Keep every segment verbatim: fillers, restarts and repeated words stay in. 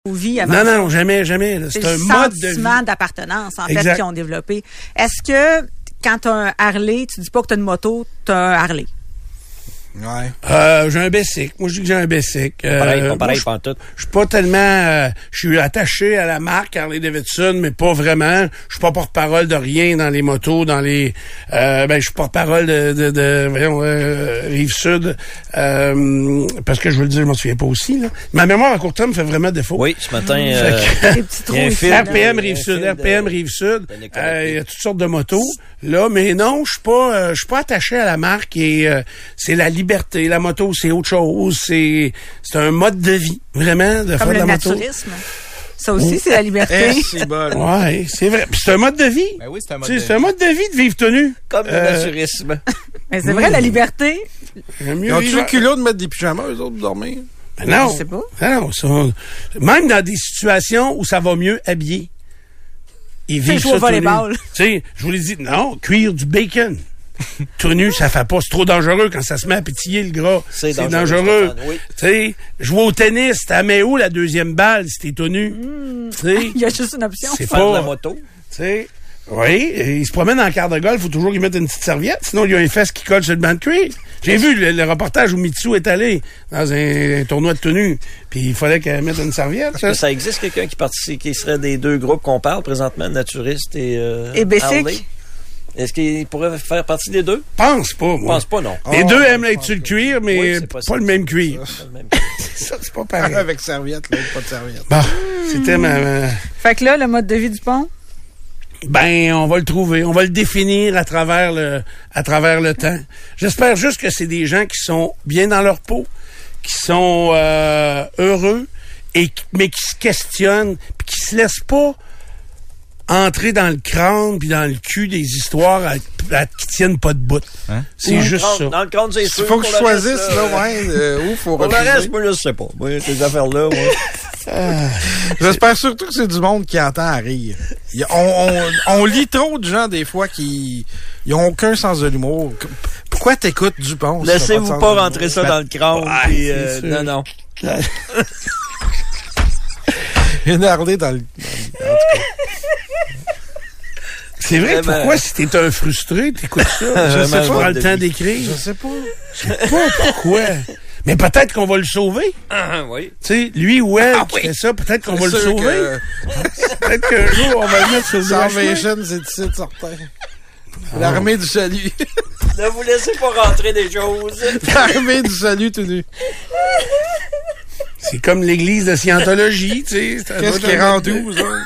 vie avant non, ça. non, jamais, jamais. Là. C'est, c'est un mode de vie. sentiment d'appartenance, en exact. fait, qu'ils ont développé. Est-ce que, quand tu as un Harley, tu dis pas que tu as une moto, tu as un Harley? Ouais. Euh, j'ai un Bessic. Moi, je dis que j'ai un Bessic. Euh, pareil, pas pareil, moi, pas en tout. Je suis pas tellement... Euh, je suis attaché à la marque Harley-Davidson, mais pas vraiment. Je suis pas porte-parole de rien dans les motos, dans les... Euh, ben, je suis porte-parole de, de, de voyons, euh, Rive-Sud. Euh, parce que je veux le dire, je m'en souviens pas aussi. Là. Ma mémoire à court terme fait vraiment défaut. Oui, ce matin... Euh, Des petits trous il y a un ici. film, R P M de- Rive-Sud, un R P M film de- Rive-Sud. de Nicolas Euh, Il y a Cage. toutes sortes de motos. Là, mais non, je suis pas, euh, je suis pas attaché à la marque et euh, c'est la liberté. La moto, c'est autre chose. C'est, c'est un mode de vie, vraiment, de Comme faire de le la moto. naturisme. Ça aussi, c'est la liberté. Eh, c'est bon. Ouais, c'est vrai. Puis c'est un mode de vie. Ben oui, c'est un mode Tu sais, de c'est un vie. mode de vie de vivre tenu. Comme le Euh, naturisme. Mais c'est vrai, la liberté. J'aime mieux Ils ont-tu vivre- le culot de mettre des pyjamas, eux autres, pour dormir? Ben non. Je sais pas. Ben non, ça, même dans des situations où ça va mieux habiller. Ils Fais vivent jouer ça au tout nu. volleyball. Tu sais, je vous l'ai dit, non, cuire du bacon. Tout nu, ça fait pas. C'est trop dangereux quand ça se met à pétiller le gras. C'est C'est, dangereux, dangereux. Stéphane, oui. Tu sais, jouer au tennis, t'as mets où la deuxième balle si t'es tout nu? Tu sais, Il y a juste une option. c'est Faire de la pas... moto. Tu sais, oui, et il se promène en quart de golf, il faut toujours lui mettre une petite serviette, sinon il y a un fesse qui colle sur le banc de cuir. J'ai vu le, le reportage où Mitsu est allé dans un, un tournoi de tenue, puis il fallait qu'elle mette une serviette. Est-ce que ça existe quelqu'un qui participe, qui serait des deux groupes qu'on parle présentement, naturiste et, euh, Et Bessic? Harley? Est-ce qu'il pourrait faire partie des deux? Pense pas, Je moi. pense pas, non. Les Oh, deux je aiment pense être sur le que- cuir, mais Oui, c'est pas possible. le même cuir. C'est le même. Ça, c'est pas pareil. Avec serviette, là, pas de serviette. Bon, c'était ma, ma- Fait que là, le mode de vie du pont, Ben, on va le trouver. On va le définir à travers le, à travers le temps. J'espère juste que c'est des gens qui sont bien dans leur peau, qui sont euh, heureux, et qui- mais qui se questionnent, puis qui se laissent pas entrer dans le crâne puis dans le cul des histoires à, à- qui tiennent pas de bout. Hein? C'est Dans le juste crâne- ça. Dans le crâne, c'est Il sûr. faut que Pour je le reste, choisisse, là, ouais, euh, où faut Pour le refuser. reste, moi, je sais pas. Moi, ces affaires-là, moi. J'espère surtout que c'est du monde qui entend à rire. Il y a- on, on, on lit trop de gens, des fois, qui ils ont aucun sens de l'humour. Pourquoi t'écoutes Dupont? si t'as Laissez-vous de sens pas de rentrer l'humour? ça dans le crâne. Ouais, puis, c'est euh, sûr. non, non. Une Harley dans le... C'est vrai, Vraiment. pourquoi si t'es un frustré, t'écoutes ça? Je sais Tu pas. prends le temps d'écrire. Je sais pas. Je sais pas pourquoi. Mais peut-être qu'on va le sauver. Ah, oui. Tu sais, lui ou elle Ah qui oui. fait ça, peut-être qu'on va le C'est sûr sauver. que Peut-être qu'un jour, on va le mettre sur le droit chemin. Salvation, c'est ici de certain. L'armée du salut. Ne vous laissez pas rentrer des choses. L'armée du salut tout nu. C'est comme l'église de Scientologie, tu sais. Ça Qu'est-ce doit qui être- rend douze, hein?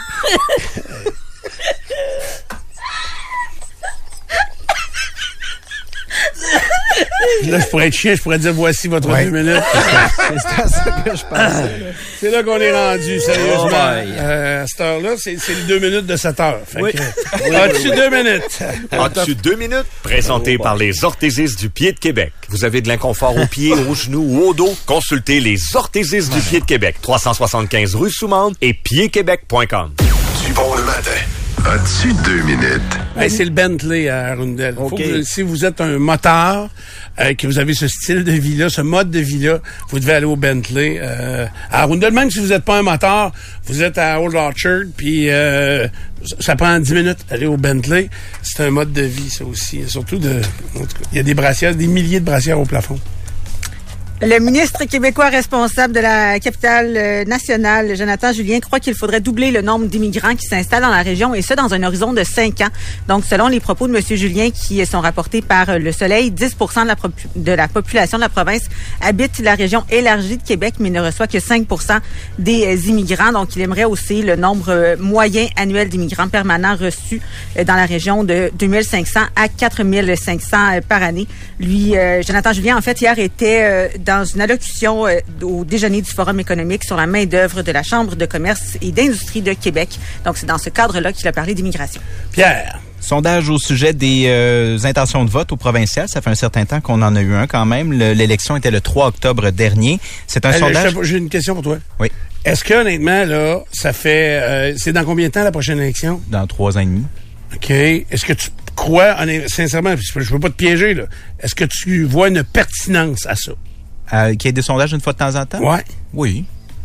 Là, je pourrais être chien, je pourrais dire voici votre Ouais. deux minutes. C'est à ça que je pensais. C'est là qu'on est rendu, sérieusement. Oh boy. Euh, à cette heure-là, c'est, c'est les deux minutes de sept heures. Fait Oui. que, as-tu deux minutes? As-tu deux minutes? Présenté par les orthésistes du pied de Québec. Vous avez de l'inconfort aux pieds, aux genoux ou au dos? Consultez les orthésistes du pied de Québec. trois cent soixante-quinze rue Soumande et pied québec point com. Dupont le matin. As-tu deux minutes? Ben, c'est le Bentley à Arundel. Faut OK. que vous- si vous êtes un motard, euh, que vous avez ce style de vie-là, ce mode de vie-là, vous devez aller au Bentley. Euh, à Arundel, même si vous n'êtes pas un motard, vous êtes à Old Orchard, puis euh, ça prend dix minutes d'aller au Bentley. C'est un mode de vie, ça aussi. Surtout de... en tout cas, il y a des brassières, des milliers de brassières au plafond. le ministre québécois responsable de la capitale euh, nationale, Jonathan Julien, croit qu'il faudrait doubler le nombre d'immigrants qui s'installent dans la région, et ce, dans un horizon de cinq ans. Donc, selon les propos de M. Julien qui sont rapportés par euh, Le Soleil, dix pour cent de la, propu- de la population de la province habite la région élargie de Québec, mais ne reçoit que cinq pour cent des euh, immigrants. Donc, il aimerait hausser le nombre euh, moyen annuel d'immigrants permanents reçus euh, dans la région de deux mille cinq cents à quatre mille cinq cents euh, par année. Lui, euh, Jonathan Julien, en fait, hier était euh, dans une allocution euh, au déjeuner du Forum économique sur la main-d'œuvre de la Chambre de commerce et d'industrie de Québec. Donc, c'est dans ce cadre-là qu'il a parlé d'immigration. Pierre. Sondage au sujet des euh, intentions de vote au provincial. Ça fait un certain temps qu'on en a eu un quand même. Le- l'élection était le trois octobre dernier. C'est un Hey, sondage... je- J'ai une question pour toi. Oui, Est-ce que, honnêtement, là, ça fait... euh, c'est dans combien de temps la prochaine élection? dans trois ans et demi. OK. Est-ce que tu crois, honnêtement, sincèrement, je veux pas te piéger, là, est-ce que tu vois une pertinence à ça? Euh, qu'il y ait des sondages une fois de temps en temps? Ouais. Oui. Je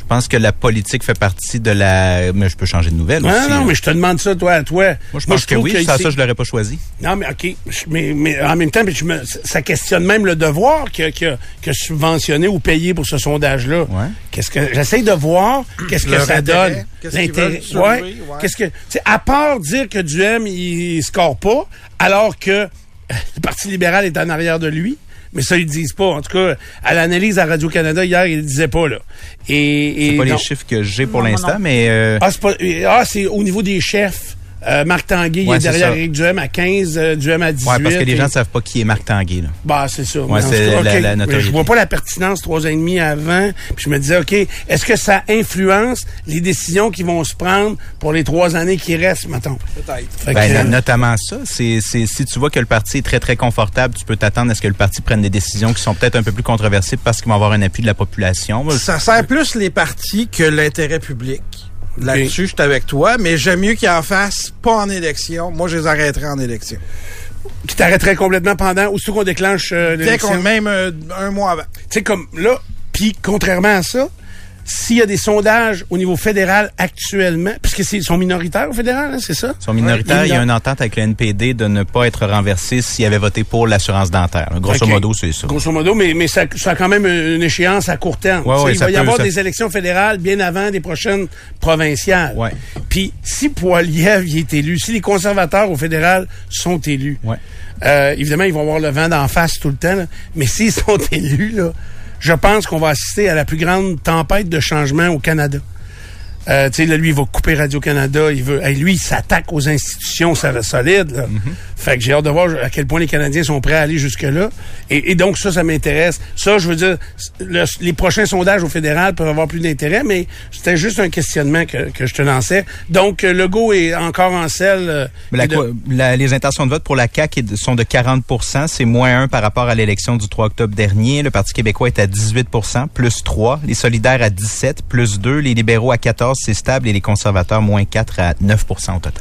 pense que la politique fait partie de la... Mais je peux changer de nouvelle non, aussi. Non, non, mais je te demande ça, toi, à toi. Moi, je pense que oui. Ça, ça, je l'aurais pas choisi. Non, mais OK. Mais, mais en même temps, je me, ça questionne même le devoir que, que, que subventionner ou payer pour ce sondage-là. Ouais. Qu'est-ce que j'essaie de voir qu'est-ce que Leur ça intérêt. donne. Qu'est-ce L'intérêt. qu'ils veulent Ouais. soulever, ouais. Qu'est-ce que. T'sais, à part dire que Duhem, il score pas, alors que le Parti libéral est en arrière de lui. Mais ça, ils le disent pas. En tout cas, à l'analyse à Radio-Canada, hier, ils le disaient pas, là. Et, et c'est pas non. les chiffres que j'ai pour Non, l'instant, non. mais... Euh... Ah, c'est pas, ah, c'est au niveau des chefs. Euh, Marc Tanguay, Ouais, il est c'est derrière ça. Éric Duhem à quinze, euh, Duhem à dix-huit. Ouais, parce que les et... gens ne savent pas qui est Marc Tanguay, là. Bah, c'est ça. Ouais, Mais en c'est tout cas, la- OK. la Mais notoriété. je vois pas la pertinence trois ans et demi avant. Puis je me disais, OK, est-ce que ça influence les décisions qui vont se prendre pour les trois années qui restent, mettons? Peut-être. Fait Ben, que, euh, notamment ça. C'est, c'est, si tu vois que le parti est très, très confortable, tu peux t'attendre à ce que le parti prenne des décisions qui sont peut-être un peu plus controversées parce qu'ils vont avoir un appui de la population. Moi, Ça sert plus les partis que l'intérêt public. Là-dessus, je suis avec toi, mais j'aime mieux qu'ils en fassent pas en élection. Moi, je les arrêterais en élection. qui t'arrêterait complètement pendant, aussitôt qu'on déclenche euh, Dès l'élection. qu'on même euh, un mois avant. Tu sais, comme là, puis contrairement à ça, s'il y a des sondages au niveau fédéral actuellement, puisque c'est, ils sont minoritaires au fédéral, hein, c'est ça? Ils sont minoritaires. Ouais, il y a une entente avec le N P D de ne pas être renversé s'il avait voté pour l'assurance dentaire. là. Grosso Ok. modo, c'est ça. Grosso modo, mais, mais ça, ça a quand même une échéance à court terme. Ouais, Tu sais, ouais, il ça va y peut- avoir ça- des élections fédérales bien avant des prochaines provinciales. Ouais. Puis si Poilievre y est élu, si les conservateurs au fédéral sont élus, Ouais. euh, évidemment, ils vont avoir le vent d'en face tout le temps, là, mais s'ils sont élus, là, je pense qu'on va assister à la plus grande tempête de changement au Canada. Euh, tu sais, là, lui, il va couper Radio-Canada. Il veut, hey, lui, il s'attaque aux institutions, ça reste solide, là. Fait que j'ai hâte de voir à quel point les Canadiens sont prêts à aller jusque-là. Et, et donc, ça, ça m'intéresse. Ça, je veux dire, le- les prochains sondages au fédéral peuvent avoir plus d'intérêt, mais c'était juste un questionnement que, que je te lançais. Donc, euh, Legault est encore en selle. euh, Mais la et de- co- la- les intentions de vote pour la C A Q est de- sont de quarante pour cent. C'est moins un par rapport à l'élection du trois octobre dernier. Le Parti québécois est à dix-huit pour cent, plus trois. Les solidaires à dix-sept, plus deux. Les libéraux à quatorze, c'est stable. Et les conservateurs, moins quatre à neuf pour cent au total.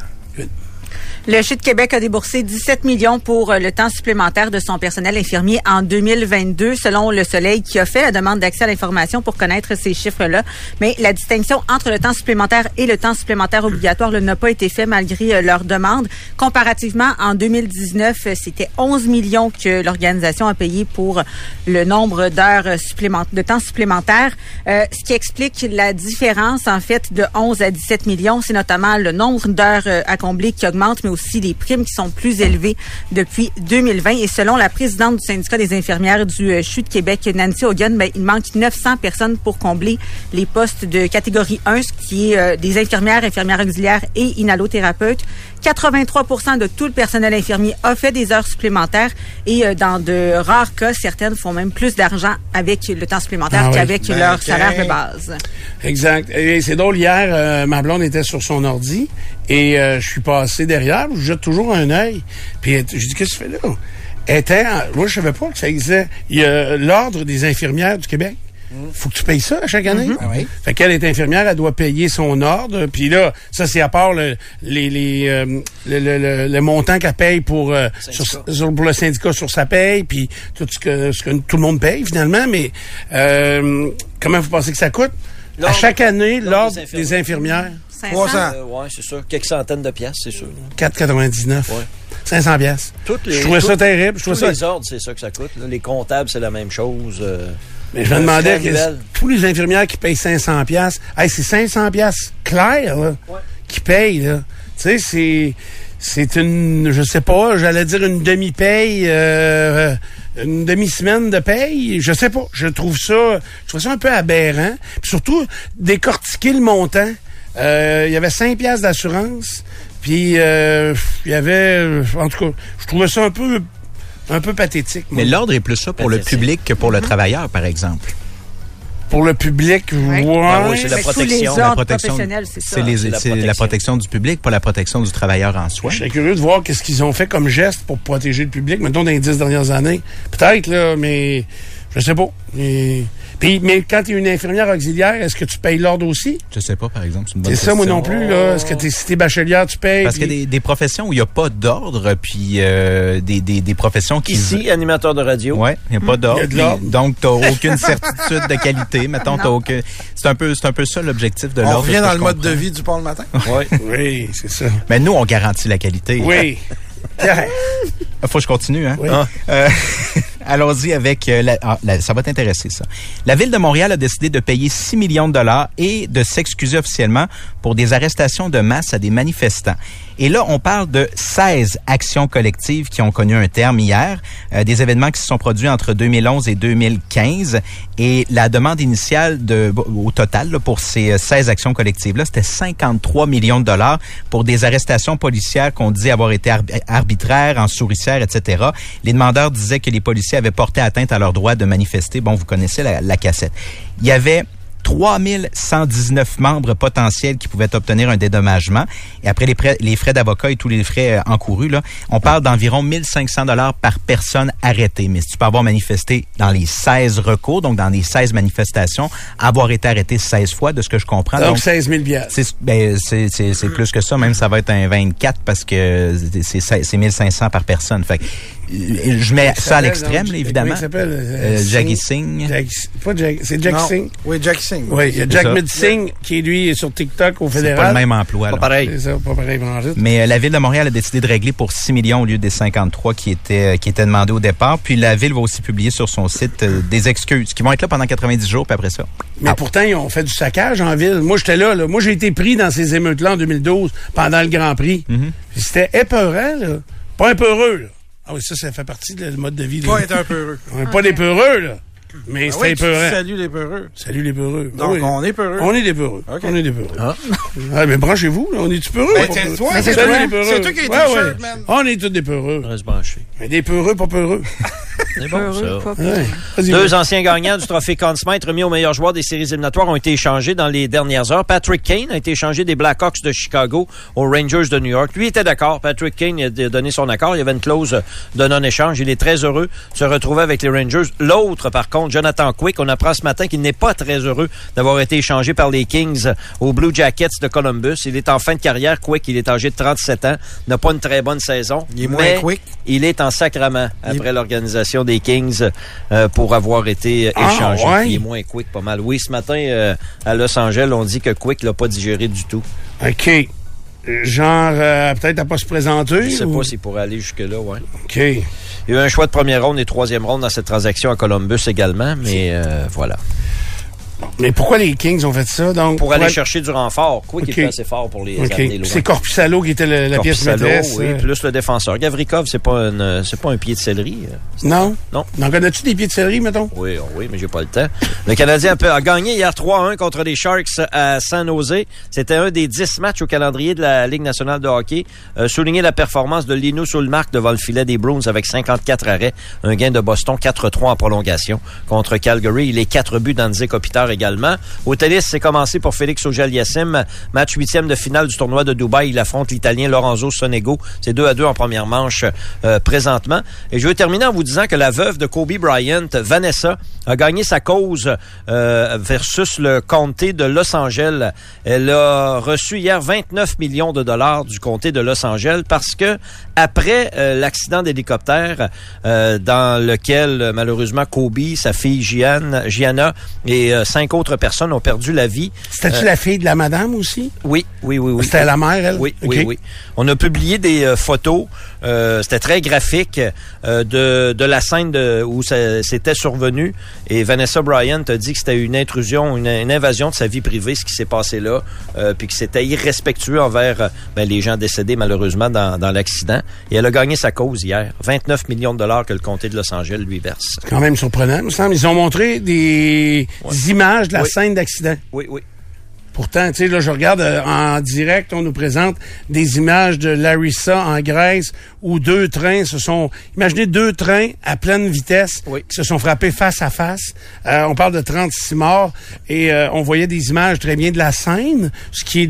Le C H U de Québec a déboursé dix-sept millions pour euh, le temps supplémentaire de son personnel infirmier en deux mille vingt-deux, selon Le Soleil, qui a fait la demande d'accès à l'information pour connaître ces chiffres-là. Mais la distinction entre le temps supplémentaire et le temps supplémentaire obligatoire là, n'a pas été faite malgré euh, leur demande. Comparativement, en deux mille dix-neuf, euh, c'était onze millions que l'organisation a payé pour le nombre d'heures supplémentaires, de temps supplémentaire. Euh, ce qui explique la différence, en fait, de onze à dix-sept millions, c'est notamment le nombre d'heures euh, à combler qui augmente, mais aussi les primes qui sont plus élevées depuis deux mille vingt. Et selon la présidente du syndicat des infirmières du euh, C H U de Québec, Nancy Hogan, ben, il manque neuf cents personnes pour combler les postes de catégorie un, ce qui est euh, des infirmières, infirmières auxiliaires et inhalothérapeutes. quatre-vingt-trois pour cent de tout le personnel infirmier a fait des heures supplémentaires et euh, dans de rares cas, certaines font même plus d'argent avec le temps supplémentaire Ah oui. qu'avec Ben, leur ok. salaire de base. Exact. Et c'est drôle, hier, euh, ma blonde était sur son ordi et euh, je suis passé derrière, je jette toujours un œil. Puis elle- je dis, qu'est-ce que tu fais là? Elle était, en- moi, je savais pas que ça existait. Il y a l'Ordre des infirmières du Québec. Faut que tu payes ça à chaque année. Ah oui. Fait qu'elle est infirmière, elle doit payer son ordre. Puis là, ça, c'est à part le, les, les, euh, le, le, le, le montant qu'elle paye pour, euh, sur, sur- pour le syndicat sur sa paye, puis tout ce que, ce que tout le monde paye, finalement. Mais euh, comment vous pensez que ça coûte? À L'ordre- chaque année, l'ordre l'Ordre des des infirmières, cinq cents? trois cents. Euh, ouais, c'est ça. Quelques centaines de piastres, c'est sûr. quatre quatre-vingt-dix-neuf. Ouais. cinq cents piastres. Toutes les, Je trouvais ça toutes- terrible. Je Tous trouvais ça... les ordres, c'est ça que ça coûte. là. Les comptables, c'est la même chose. euh. Mais je me Un demandais, frais que annuel. tous les infirmières qui payent cinq cents piastres, hey, c'est cinq cents piastres clair, là, Ouais. qui payent, là. Tu sais, c'est, c'est une, je sais pas, j'allais dire une demi-paye, euh, une demi-semaine de paye. Je sais pas. Je trouve ça, je trouve ça un peu aberrant. Puis surtout, décortiquer le montant. Euh, il y avait cinq piastres d'assurance. Puis, euh, il y avait, en tout cas, je trouvais ça un peu, un peu pathétique. moi. Mais l'ordre est plus ça pour le Pathétique. public que pour le travailleur, par exemple. Pour le public, ouais. Ah oui, c'est la Mais tous les protection. ordres La protection, professionnels, c'est ça. c'est les- C'est la c'est la protection. protection du public, pas la protection du travailleur en soi. Je serais curieux de voir qu'est-ce qu'ils ont fait comme geste pour protéger le public, mettons, dans les dix dernières années. Peut-être, là, mais Je sais pas. Et... Puis, mais quand tu es une infirmière auxiliaire, est-ce que tu payes l'ordre aussi? Je sais pas, par exemple. C'est une bonne C'est ça, moi question. non plus, là. Est-ce que t'es, si t'es bachelière, tu payes? Parce puis... qu'il y a des, des professions où il n'y a pas d'ordre, puis euh, des, des, des professions qui... Ici, animateur de radio. Ouais, il n'y a pas d'ordre. Il y a de l'ordre. puis Donc, tu n'as aucune certitude de qualité. Mettons, t'as aucun... C'est un peu, c'est un peu ça l'objectif de On l'ordre. revient que dans je le mode comprends. de vie du pont le matin. Oui. Oui, c'est ça. Mais nous, on garantit la qualité. Oui. Tiens. Faut que je continue, hein? Oui. Ah. Euh, allons-y avec... euh, la, ah, la- ça va t'intéresser, ça. La Ville de Montréal a décidé de payer six millions de dollars et de s'excuser officiellement pour des arrestations de masse à des manifestants. Et là, on parle de seize actions collectives qui ont connu un terme hier, euh, des événements qui se sont produits entre deux mille onze et deux mille quinze. Et la demande initiale de, au total là, pour ces seize actions collectives-là, c'était cinquante-trois millions de dollars pour des arrestations policières qu'on dit avoir été arb- arbitraires, en souricière, et cetera. Les demandeurs disaient que les policiers avaient porté atteinte à leur droit de manifester. Bon, vous connaissez la, la cassette. Il y avait trois mille cent dix-neuf membres potentiels qui pouvaient obtenir un dédommagement. Et après les, prêts, les frais d'avocat et tous les frais euh, encourus, là, on parle d'environ mille cinq cents dollars par personne arrêtée. Mais si tu peux avoir manifesté dans les seize recours, donc dans les seize manifestations, avoir été arrêté seize fois, de ce que je comprends. Donc, Donc, seize mille piastres. c'est, ben, c'est, c'est, c'est plus que ça. Même ça va être un vingt-quatre parce que c'est, c'est, c'est mille cinq cents par personne. Fait que, euh, je mets ça à l'extrême, là, évidemment. Comment il s'appelle? Euh, Jaggi Singh. Jack, pas Jack, c'est Jack Non. Singh. Oui, Jack Singh. Oui, il y a C'est Jack ça. Mid-Singh qui, lui, est sur TikTok au C'est fédéral. pas le même emploi. Pas là. pareil. C'est ça, pas pareil, vraiment. Mais euh, la Ville de Montréal a décidé de régler pour six millions au lieu des cinquante-trois qui étaient, euh, qui étaient demandés au départ. Puis la Ville va aussi publier sur son site euh, des excuses qui vont être là pendant quatre-vingt-dix jours, puis après ça. Mais Ah. pourtant, ils ont fait du saccage en ville. Moi, j'étais là, là. Moi, j'ai été pris dans ces émeutes-là en deux mille douze, pendant le Grand Prix. Mhm. Puis c'était épeurant, là. Pas un peu heureux, là. Ah oui, ça, ça fait partie du mode de vie. là. Pas être un peu heureux. On est pas des peureux, là. Mais Ah c'était oui, tu épeurant. salues les peureux. Salut les peureux. Donc, Oui. on est peureux. On est des peureux. OK. On est des peureux. Ah, mais branchez-vous, là. On est-tu peureux? Ben, pas c'est peureux? toi, Mais c'est salut toi. les peureux. C'est toi qui as les Ouais, t-shirts, ouais. man. On est tous des peureux. On reste branché. Mais des peureux, pas peureux. C'est bon, ça. Pas Ouais. Vas-y, Deux vas-y. anciens gagnants du trophée Conn Smythe remis aux meilleurs joueurs des séries éliminatoires ont été échangés dans les dernières heures. Patrick Kane a été échangé des Blackhawks de Chicago aux Rangers de New York. Lui était d'accord. Patrick Kane a donné son accord. Il y avait une clause de non-échange. Il est très heureux de se retrouver avec les Rangers. L'autre, par contre, Jonathan Quick, on apprend ce matin qu'il n'est pas très heureux d'avoir été échangé par les Kings aux Blue Jackets de Columbus. Il est en fin de carrière. Quick, il est âgé de trente-sept ans. N'a pas une très bonne saison. Il est moins mais quick. il est en sacrament Il- après l'organisation des Kings euh, pour avoir été euh, Ah, échangé. ouais? Il est moins quick pas mal. Oui, ce matin, euh, à Los Angeles, on dit que Quick l'a pas digéré du tout. OK. Genre, euh, peut-être à pas se présenter? Je sais ou- pas s'il pourrait aller jusque-là, ouais. OK. Il y a eu un choix de première ronde et troisième ronde dans cette transaction à Columbus également, mais euh, voilà. Mais pourquoi les Kings ont fait ça? Donc, Pour aller ouais. chercher du renfort. Quick OK. était assez fort pour les OK. amener loin. C'est Corpusalo qui était le- la pièce Corpusalo, maîtresse. oui, euh. plus le défenseur. Gavrikov, c'est pas une, c'est pas un pied de céleri. euh. Non? Non. N'en connais-tu des pieds de céleri, mettons? Oui, oh oui, mais j'ai pas le temps. Le Canadien a, a gagné hier trois à un contre les Sharks à San Jose. C'était un des dix matchs au calendrier de la Ligue nationale de hockey. Euh, souligner la performance de Linus Ullmark devant le filet des Bruins avec cinquante-quatre arrêts. Un gain de Boston, quatre trois en prolongation contre Calgary. Les quatre buts d'Anze Kopitar également. Au tennis, c'est commencé pour Félix Auger-Aliassime. Match huitième de finale du tournoi de Dubaï. Il affronte l'Italien Lorenzo Sonego. C'est deux à deux en première manche euh, présentement. Et je veux terminer en vous disant que la veuve de Kobe Bryant, Vanessa, a gagné sa cause euh, versus le comté de Los Angeles. Elle a reçu hier vingt-neuf millions de dollars du comté de Los Angeles parce que après euh, l'accident d'hélicoptère euh, dans lequel malheureusement Kobe, sa fille Gianna, Gianna et euh, cinq autres personnes ont perdu la vie. C'était-tu Euh, la fille de la madame aussi? Oui, oui, oui, oui. C'était la mère, elle? Oui, OK. oui, oui. On a publié des euh, photos. Euh, c'était très graphique euh, de, de la scène de, où ça, c'était survenu. Et Vanessa Bryant a dit que c'était une intrusion, une, une invasion de sa vie privée, ce qui s'est passé là, euh, puis que c'était irrespectueux envers euh, ben, les gens décédés malheureusement dans, dans l'accident. Et elle a gagné sa cause hier. vingt-neuf millions de dollars que le comté de Los Angeles lui verse. C'est quand même surprenant, il me semble. Ils ont montré des, Ouais. des images de la Oui. scène d'accident. Oui, oui. Pourtant, tu sais, là, je regarde euh, en direct, on nous présente des images de Larissa en Grèce où deux trains se sont... Imaginez deux trains à pleine vitesse Oui. qui se sont frappés face à face. Euh, on parle de trente-six morts et euh, on voyait des images très bien de la scène, ce qui est tout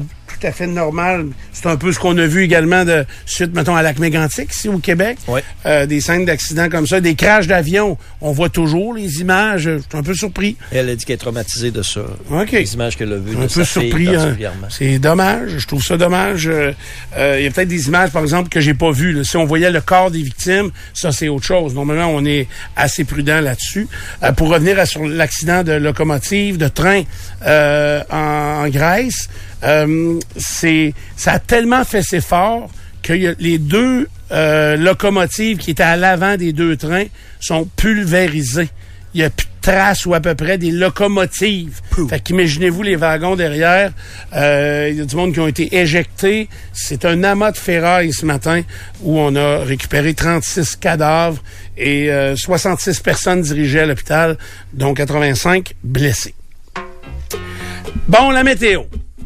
tout à fait normal. C'est un peu ce qu'on a vu également de suite, mettons, à Lac-Mégantic, ici au Québec. Oui. Euh, des scènes d'accidents comme ça, des crashs d'avions. On voit toujours les images. Je suis un peu surpris. Elle a dit qu'elle est traumatisée de ça. OK. Les images qu'elle a vues Un de peu sa fille surpris. Hein. particulièrement. C'est dommage. Je trouve ça dommage. Il euh, euh, y a peut-être des images, par exemple, que j'ai pas vues. Là. Si on voyait le corps des victimes, ça, c'est autre chose. Normalement, on est assez prudent là-dessus. Euh, pour revenir à, sur l'accident de locomotive, de train euh, en, en Grèce, euh, c'est ça a tellement fait ses forts que y a les deux euh, locomotives qui étaient à l'avant des deux trains sont pulvérisées. Il n'y a plus de traces ou à peu près des locomotives. Pouh. Fait qu'imaginez-vous les wagons derrière. Euh, il y a du monde qui ont été éjectés. C'est un amas de ferraille ce matin où on a récupéré trente-six cadavres et euh, soixante-six personnes dirigées à l'hôpital, dont quatre-vingt-cinq blessés. Bon, la météo.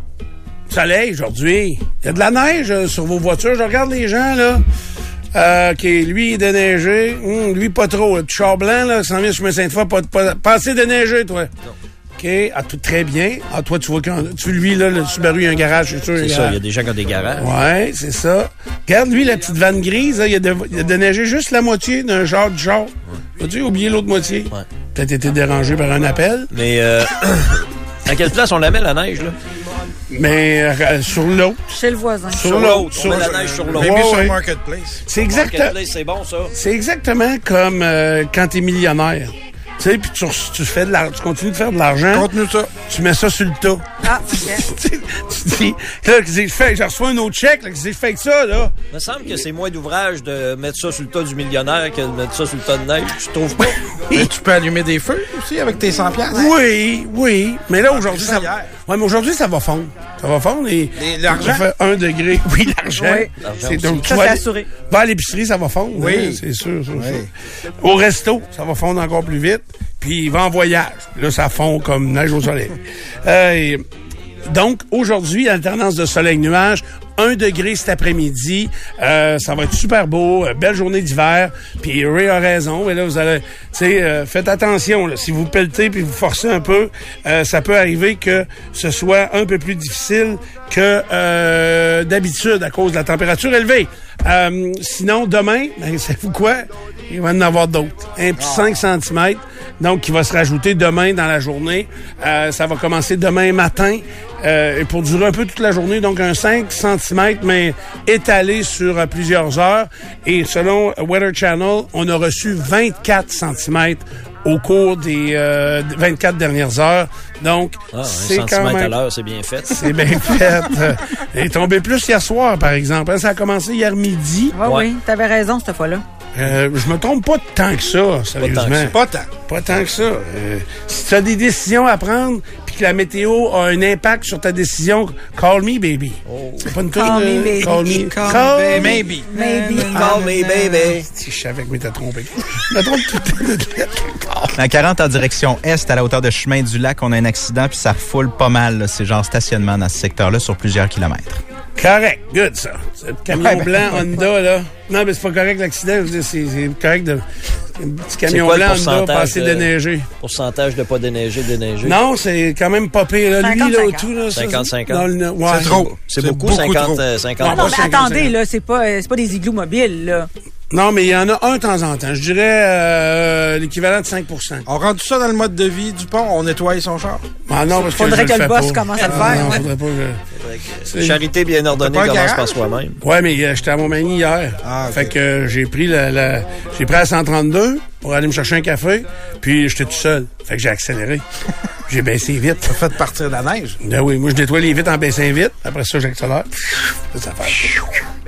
Soleil aujourd'hui. Il y a de la neige euh, sur vos voitures. Je regarde les gens, là. Euh, OK, lui, il est déneigé. Hum, lui, pas trop. Le petit char blanc, là, qui s'en vient sur chemin Sainte-Foy, pas, pas, pas assez déneigé, toi. Non. OK, ah, tout très bien. Ah, toi, tu vois quand tu lui, là, le Subaru, il y a un garage, c'est sûr. C'est ça, il y a des gens qui ont des garages. Ouais, c'est ça. Regarde, lui, la petite vanne grise, là, il, a de, il a déneigé juste la moitié d'un genre du char. Ouais. As-tu oublié l'autre moitié? Ouais. Peut-être été dérangé par un appel. Mais, euh, à quelle place on la met, la neige, là? Mais euh, sur l'autre. Chez le voisin. Sur, sur l'autre. Sur la neige sur l'autre. Maybe ouais, sur ouais. Marketplace. C'est exactement. Marketplace, c'est bon, ça. C'est exactement comme euh, quand t'es millionnaire. Tu sais, puis tu, tu fais de l'argent, tu continues de faire de l'argent. Conte-nous ça. Tu mets ça sur le tas. Ah, OK. tu, tu dis, là, qu'est-ce que je fais? Je reçois un autre chèque, là, qu'est-ce que je fais avec ça, là? Il me semble que c'est moins d'ouvrage de mettre ça sur le tas du millionnaire que de mettre ça sur le tas de neige. Je trouve pas. Et tu peux allumer des feux aussi avec tes cent piastres. Oui, oui. Mais là, aujourd'hui, ça, ça ouais, mais aujourd'hui, ça va fondre. Ça va fondre et. Et l'argent? Ça fait un degré. Oui, l'argent. Oui. L'argent c'est donc, ça, tu c'est vas assuré. Va à l'épicerie, ça va fondre. Oui. Hein, c'est sûr, c'est oui. sûr. Au resto, ça va fondre encore plus vite. Puis il va en voyage. Là, ça fond comme neige au soleil. euh, et, donc, aujourd'hui, alternance de soleil-nuage, un degré cet après-midi. Euh, ça va être super beau, euh, belle journée d'hiver. Puis Ray a raison. Et là, vous allez, tu sais, euh, faites attention. Là, si vous pelletez puis vous forcez un peu, euh, ça peut arriver que ce soit un peu plus difficile que euh, d'habitude à cause de la température élevée. Euh, sinon, demain, ben, savez-vous quoi? Il va en avoir d'autres. Un petit cinq centimètres, donc qui va se rajouter demain dans la journée. Euh, ça va commencer demain matin euh, et pour durer un peu toute la journée. Donc un cinq centimètres, mais étalé sur euh, plusieurs heures. Et selon Weather Channel, on a reçu vingt-quatre centimètres au cours des euh, vingt-quatre dernières heures. Donc, ah, c'est un quand même... à l'heure, c'est bien fait. C'est bien fait. Il est tombé plus hier soir, par exemple. Ça a commencé hier midi. Ouais, Ouais. oui, t'avais raison cette fois-là. Euh, je me trompe pas tant que ça, sérieusement. Pas tant. Pas tant que ça. Euh, si tu as des décisions à prendre, puis que la météo a un impact sur ta décision, call me, baby. Oh. C'est pas une toune Call de... me, baby. Call me. Call Call me, me. maybe. Maybe. Call me, baby. Si je savais que je m'étais trompé. Je me trompe tout le temps. À quarante en direction est, à la hauteur de Chemin du Lac, on a un accident, puis ça refoule pas mal. là. C'est genre stationnement dans ce secteur-là sur plusieurs kilomètres. Correct, good ça. C'est le camion Ouais, ben, blanc Honda, là. Non, mais c'est pas correct l'accident. Je veux dire, c'est, c'est correct de. Un petit camion quoi le blanc Honda pourcentage passé de- déneigé. Pourcentage de pas déneiger, déneiger. Non, c'est quand même pas pire. Là. Lui, cinquante là, cinquante. tout, là. ça, cinquante cinquante. dans le- ouais, C'est trop. C'est C'est beaucoup, beaucoup cinquante, trop. euh, Ah cinquante. non, pas mais cinquante, attendez, cinquante. là, c'est pas, euh, c'est pas des igloos mobiles, là. Non, mais il y en a un de temps en temps. Je dirais euh, l'équivalent de cinq pour cent. On rentre tout ça dans le mode de vie du pont, on nettoie son char. Ah non, parce que Faudrait je que le le fais boss pas. commence à le Ah, faire, non, ouais. faudrait pas que... C'est- Charité bien ordonnée T'as pas un commence garage? par soi-même. Ouais, mais euh, j'étais à Montmagny hier. Ah, ok. Fait que euh, j'ai pris la, la j'ai pris la cent trente-deux pour aller me chercher un café, puis j'étais tout seul. Fait que j'ai accéléré. J'ai baissé vite. Ça fait partir de la neige. Ben oui, moi je nettoie les vitres en baissant vite. Après ça, j'accélère. Ça, ça fait...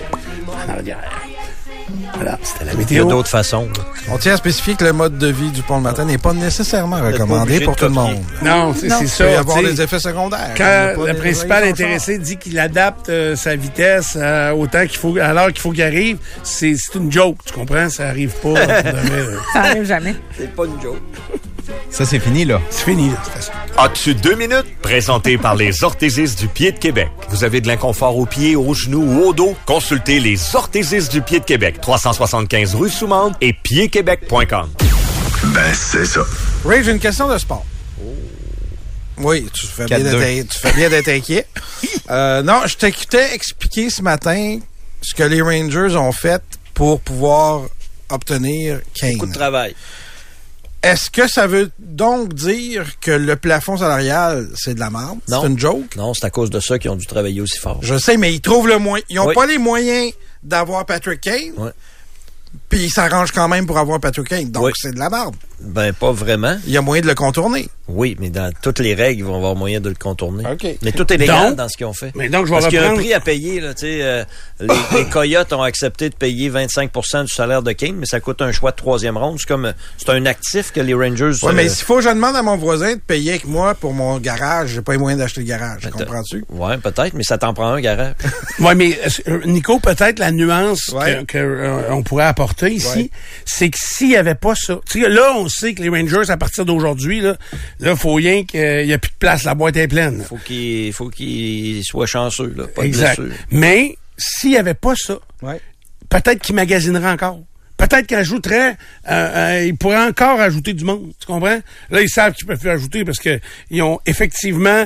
En arrière. Voilà, c'était la Il y a météo. d'autres façons. là. On tient à spécifier que le mode de vie du pont le matin n'est pas nécessairement pas recommandé obligé pour de tout le copier. monde. Non, c'est, c'est Il ça. peut y avoir tu sais. des effets secondaires. Il Quand n'y a pas le nettoyer principal son intéressé dit qu'il adapte euh, sa vitesse euh, au temps qu'il faut, à l'heure qu'il faut qu'il arrive, c'est, c'est une joke, tu comprends? Ça arrive pas. pour de vrai, euh. Ça arrive jamais. C'est pas une joke. Ça, c'est fini, là. C'est fini, là, c'est ça. As-tu deux minutes? Présenté par les orthésistes du pied de Québec. Vous avez de l'inconfort aux pieds, aux genoux ou au dos? Consultez les orthésistes du pied de Québec. trois cent soixante-quinze rue Soumande et pied québec point com. Ben, c'est ça. Ray, j'ai une question de sport. Oui, tu fais, bien quatre deux. d'être, tu fais bien d'être inquiet. Euh, non, je t'écoutais expliquer ce matin ce que les Rangers ont fait pour pouvoir obtenir Kane. Beaucoup de travail. Est-ce que ça veut donc dire que le plafond salarial, c'est de la merde? Non. C'est une joke? Non, c'est à cause de ça qu'ils ont dû travailler aussi fort. Je sais, mais ils trouvent le moyen. Ils n'ont Oui. pas les moyens d'avoir Patrick Kane. Ouais. Puis ils s'arrangent quand même pour avoir Patrick Kane. Donc, Oui. c'est de la merde. Ben, pas vraiment. Il y a moyen de le contourner. Oui, mais dans toutes les règles, ils vont avoir moyen de le contourner. OK. Mais tout est légal Donc, dans ce qu'ils ont fait. Mais donc, je vais Parce qu'il y a un reprendre. prix à payer. Là, tu sais, euh, les, les Coyotes ont accepté de payer vingt-cinq pour cent du salaire de Kane, mais ça coûte un choix de troisième ronde. C'est comme c'est un actif que les Rangers... Oui, euh, mais s'il faut que je demande à mon voisin de payer avec moi pour mon garage, j'ai pas les moyens d'acheter le garage. Ben, t'as- Comprends-tu? Ouais, peut-être, mais ça t'en prend un garage. Oui, mais euh, Nico, peut-être la nuance Ouais. que, que, euh, on pourrait apporter ici, Ouais. c'est que s'il n'y avait pas ça, tu sais, là, on sait que les Rangers, à partir d'aujourd'hui, là, là, faut rien qu'il n'y a plus de place, la boîte est pleine. Faut qu'il faut qu'il soit chanceux, là, pas Exact. de blessure. Mais s'il n'y avait pas ça, Ouais. peut-être qu'il magasinerait encore. Peut-être qu'il ajouterait, euh, euh, il pourrait encore ajouter du monde, tu comprends? Là, ils savent qu'ils peuvent plus ajouter parce que ils ont effectivement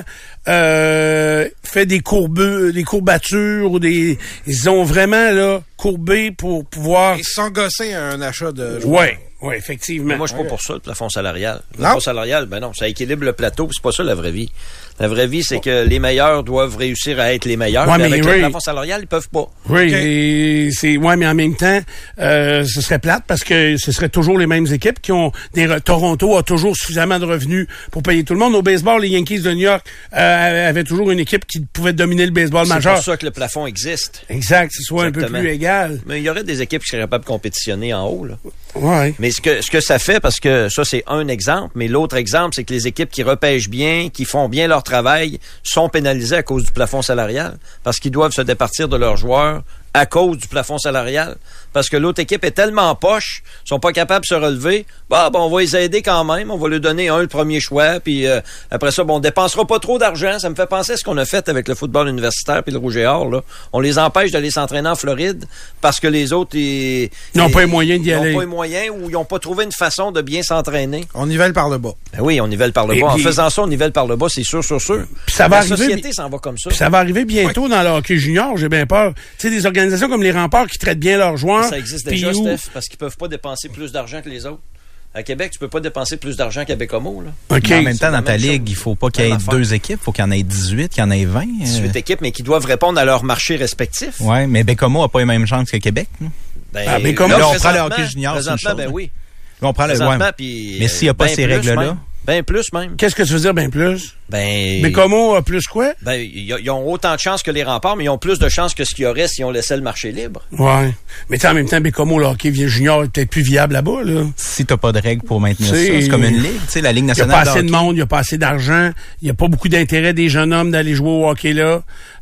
euh, fait des courbes, des courbatures ou des, ils ont vraiment là courbé pour pouvoir. Ils se sont gossés à un achat de joueurs. Ouais, ouais, effectivement. Mais moi, je suis pas pour ça, le plafond salarial. Le Non. plafond salarial, ben non, ça équilibre le plateau, puis c'est pas ça la vraie vie. La vraie vie, c'est que les meilleurs doivent réussir à être les meilleurs, Ouais, mais mais avec oui. le plafond salarial, ils peuvent pas. Oui, Ok. et c'est ouais, mais en même temps, euh, ce serait plate parce que ce serait toujours les mêmes équipes qui ont des re- Toronto a toujours suffisamment de revenus pour payer tout le monde. Au baseball, les Yankees de New York euh, avaient toujours une équipe qui pouvait dominer le baseball C'est majeur. pour ça que le plafond existe. Exact, ce soit un peu Exactement. plus égal. Mais il y aurait des équipes qui seraient capables de compétitionner en haut, là. Ouais. Mais ce que, ce que ça fait, parce que ça, c'est un exemple, mais l'autre exemple, c'est que les équipes qui repêchent bien, qui font bien leur travail, sont pénalisées à cause du plafond salarial, parce qu'ils doivent se départir de leurs joueurs à cause du plafond salarial. Parce que l'autre équipe est tellement poche, sont pas capables de se relever. Bah, bon, on va les aider quand même, on va leur donner un le premier choix, puis euh, après ça, bon, on dépensera pas trop d'argent. Ça me fait penser à ce qu'on a fait avec le football universitaire puis le Rouge et Or, là. On les empêche d'aller s'entraîner en Floride parce que les autres, ils... Ils n'ont pas les moyens d'y Ils aller. n'ont pas les moyens ou ils n'ont pas trouvé une façon de bien s'entraîner. On nivelle par le bas. Ben oui, on nivelle par le Et bas. puis- en faisant ça, on nivelle par le bas, c'est sûr, sûr, sûr. Puis ça va La arriver, société mais- s'en va comme ça. Puis ça va arriver bientôt dans le hockey junior, j'ai bien peur. Tu sais, des organisations comme les Remparts qui traitent bien leurs joueurs. Ça existe puis déjà, où- Steph, parce qu'ils peuvent pas dépenser plus d'argent que les autres. À Québec, tu peux pas dépenser plus d'argent qu'à Bécomo, là. OK. Mais en même c'est temps, la dans ta même ligue, chose. il faut pas qu'il y ait Même affaire. deux équipes. Il faut qu'il y en ait dix-huit, qu'il y en ait vingt. euh. dix-huit équipes, mais qui doivent répondre à leur marché respectif. Ouais, mais Bécomo a pas les mêmes chances que Québec. Là, Ben, Ah, Bécomo- Là, on prend le présentement- hockey junior, c'est une présentement, chose, ben là. oui. Là, on prend le. Présentement, Ouais. puis, Mais s'il y a pas ben ces plus règles-là? même. Ben plus même. Qu'est-ce que tu veux dire, ben plus? Ben, Bécomo a plus quoi? ben, ils ils ont autant de chances que les Remparts, mais ils ont plus de chances que ce qu'il y aurait si on laissait le marché libre. Ouais. Mais tu sais, en même temps, Bécomo, le hockey junior est peut-être plus viable là-bas, là. Si t'as pas de règles pour maintenir ça, C'est- c'est comme une ligue. Tu sais, la Ligue Il n'y a nationale pas assez de hockey. monde, il n'y a pas assez d'argent, il n'y a pas beaucoup d'intérêt des jeunes hommes d'aller jouer au hockey là.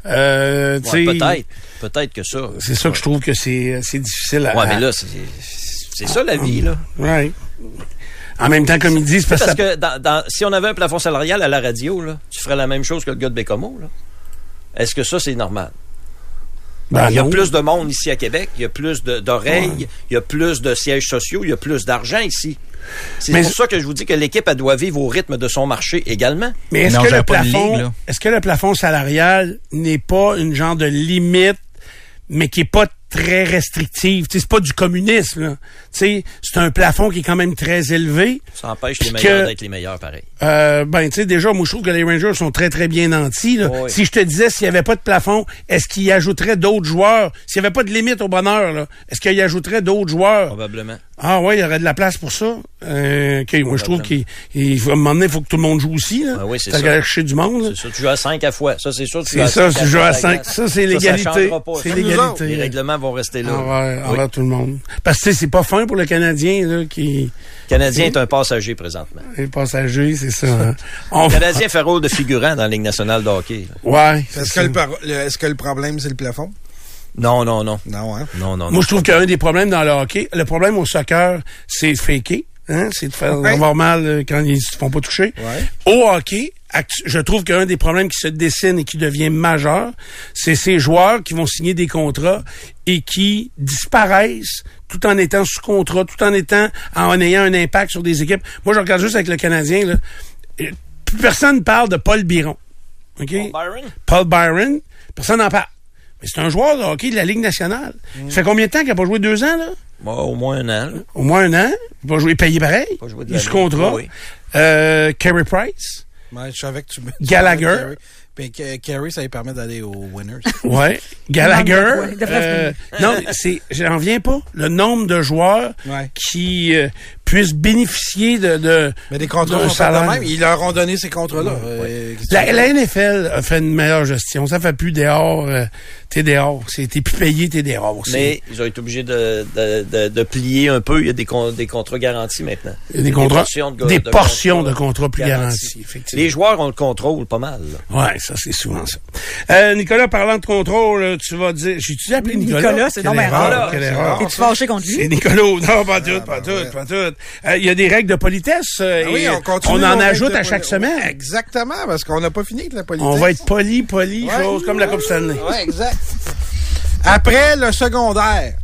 Euh, tu Ouais, sais, peut-être. Peut-être que ça. c'est ça que je trouve que c'est c'est difficile à... Ouais, mais là, c'est c'est ça la vie, là. Ouais. En même temps, comme ils disent, parce, Parce que... ça- que dans, dans- si on avait un plafond salarial à la radio, là, tu ferais la même chose que le gars de Bécomo, là. Est-ce que ça, c'est normal? Ben il y a non. plus de monde ici à Québec, il y a plus de- d'oreilles, il y a plus de sièges sociaux, il y a plus d'argent ici. C'est Mais- pour ça que je vous dis que l'équipe, elle doit vivre au rythme de son marché également. Mais est-ce Non, que, j'avais le pas de plafond, ligue, là. est-ce que le plafond salarial n'est pas une genre de limite, mais qui est pas très restrictive? Tu sais, c'est pas du communisme, là. Tu sais, c'est un plafond qui est quand même très élevé. Ça empêche Puis les meilleurs que- d'être les meilleurs, pareil. Euh, ben, tu sais, déjà, moi, je trouve que les Rangers sont très, très bien nantis, là. Oui. Si je te disais, s'il n'y avait pas de plafond, est-ce qu'il y ajouterait d'autres joueurs? S'il n'y avait pas de limite au bonheur, là, est-ce qu'il y ajouterait d'autres joueurs? Probablement. Ah ouais, il y aurait de la place pour ça. Euh, OK, moi, je trouve qu'il il faut, à un moment donné, il faut que tout le monde joue aussi, là. Ah oui, c'est T'as ça. qu'à chercher du monde, là. C'est ça, tu joues à cinq à fois. Ça, c'est sûr. tu joues C'est ça, cinq tu joues à la cinq. glace. Ça, c'est Ça, l'égalité. ça changera pas. C'est Ça, l'égalité. Les règlements vont rester là. Envers, Oui. envers tout le monde. Parce que, tu sais, c'est pas fin pour le Canadien, là, qui Le Canadien est un passager présentement. est passager, c'est ça. Hein. On- Le Canadien fait rôle de figurant dans la Ligue nationale de hockey. Ouais. c'est Est-ce que, ça. le par- le- est-ce que le problème, c'est le plafond? Non, non, non. Non, hein? Non, non, non. Moi, je trouve qu'un des problèmes dans le hockey, le problème au soccer, c'est de faker. Hein? C'est de faire Ouais. avoir mal euh, quand ils se font pas toucher. Ouais. Au hockey, actu- je trouve qu'un des problèmes qui se dessine et qui devient majeur, c'est ces joueurs qui vont signer des contrats et qui disparaissent tout en étant sous contrat, tout en étant en ayant un impact sur des équipes. Moi, je regarde juste avec le Canadien, là. Euh, Plus personne parle de Paul Biron. OK? Paul Byron? Paul Byron. Personne n'en parle. Mais c'est un joueur de hockey de la Ligue nationale. Mm. Ça fait combien de temps qu'il n'a pas joué deux ans, là? Bon, au moins un an. Là. Au moins un an. Il va jouer payé pareil. Pas joué de Il la se contrat. oui. Euh, Carey Price. Ouais, je savais que tu me... Gallagher. Puis Carey, ça lui permet d'aller aux Winners. Ouais. Gallagher. Non, mais, ouais, euh, non, c'est, j'en reviens pas. Le nombre de joueurs ouais. qui euh, puissent bénéficier de, de mais des contrats de sont pas de même. Ils leur ont donné ces contrats-là. Ouais. Euh, la, la N F L a fait une meilleure gestion. Ça fait plus dehors. Euh, t'es dehors. C'est, t'es plus payé, t'es dehors. C'est... Mais ils ont été obligés de, de, de, de plier un peu. Il y a des, con, des contrats garantis maintenant. Il y a des, des contrats, portions de, des de portions contrats, de contrats plus garantis. garantis effectivement. Les joueurs ont le contrôle pas mal. Là. Ouais, ça c'est souvent ça. Euh, Nicolas, parlant de contrôle, tu vas dire... J'ai-tu appelé Nicolas? Nicolas, c'est non mais rare. Quelle erreur. Es-tu fâché contre lui? C'est Nicolas. Non, pas tout, pas tout, pas tout. Il y a des règles de politesse. Euh, ah oui, et on continue. On en ajoute à chaque poli- semaine. Ouais, exactement, parce qu'on n'a pas fini avec la politesse. On va être poli, poli, ouais, chose comme la Coupe Stanley. Ouais, exact. Après le secondaire,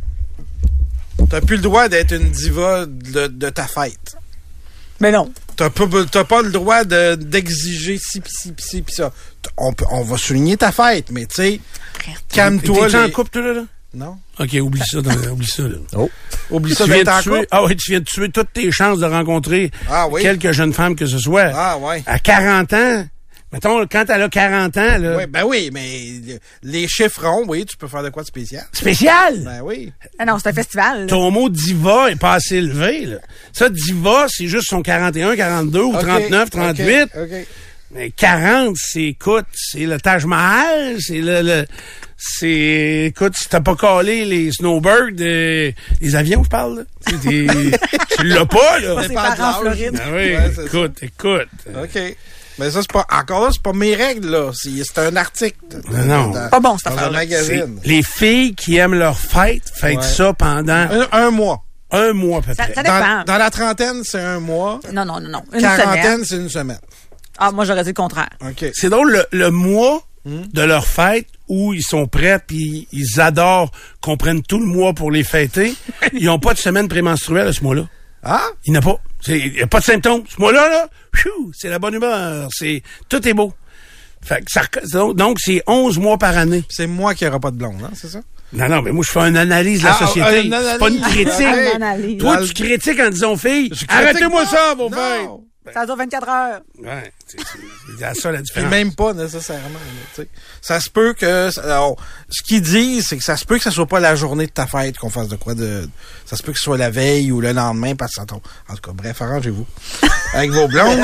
t'as plus le droit d'être une diva de, de ta fête. Mais non. T'as pas, t'as pas le droit de, d'exiger ci, pis ci, pis ci, pis ça. On, on va souligner ta fête, mais tu sais, calme-toi. T'es-tu les... en couple, toi, là? Non. OK, oublie ça, dans, oublie ça, là. Oh. Oublie ça tu viens d'être en de tuer, couple. ah oui, tu viens de tuer toutes tes chances de rencontrer ah, oui. quelques jeunes femmes que ce soit. Ah, ouais. À quarante ans, mettons, quand elle a quarante ans, là. Oui, ben oui, mais les chiffrons, oui, tu peux faire de quoi de spécial? Spécial? Ben oui. Ah non, c'est un festival. Là. Ton mot diva est pas assez élevé, là. Ça, diva, c'est juste son quarante et un, quarante-deux ou okay, trente-neuf, trente-huit. OK, OK. Mais quarante, c'est, écoute, c'est le Taj Mahal, c'est le, le c'est, écoute, si t'as pas collé les snowbirds, euh, les avions, je parle, là. Tu, tu l'as pas, là. Pas ses parents en Floride. Ah oui, ouais, écoute, ça. écoute. OK. Mais ça, c'est pas, encore là, c'est pas mes règles, là. C'est, c'est un article. Non, non. Dans, pas bon, cette dans un affaire-là. magazine. C'est les filles qui aiment leur fête, fêtent ouais. ça pendant un, un mois. Un mois, à peu ça, près. Ça dépend. Dans, dans la trentaine, c'est un mois. Non, non, non, non. Une Quarantaine, semaine. c'est une semaine. Ah, moi, j'aurais dit le contraire. OK. C'est drôle, le, le mois Hmm. de leur fête où ils sont prêts puis ils adorent qu'on prenne tout le mois pour les fêter. Ils n'ont pas de semaine prémenstruelle à ce mois-là. Ah? Il n'y en a pas. Il n'y a pas de symptômes. Ce mois-là, là, pfiou, c'est la bonne humeur. C'est, tout est beau. Fait que ça, donc, c'est onze mois par année. C'est moi qui n'aura pas de blonde, hein, c'est ça? Non, non, mais moi, je fais une analyse de la Ah, société. une analyse. C'est pas une critique. Okay. Une analyse. Toi, Dans tu critiques en disant aux filles, Je critique arrêtez-moi pas. ça, vos Non. fêtes. Ça dure vingt-quatre heures. Ouais, c'est, c'est, c'est ça la Puis différence. même pas nécessairement. Là, tu sais. Ça se peut que... Alors, ce qu'ils disent, c'est que ça se peut que ça soit pas la journée de ta fête qu'on fasse de quoi de... Ça se peut que ce soit la veille ou le lendemain parce que ça tombe. En tout cas, bref, arrangez-vous. Avec vos blondes.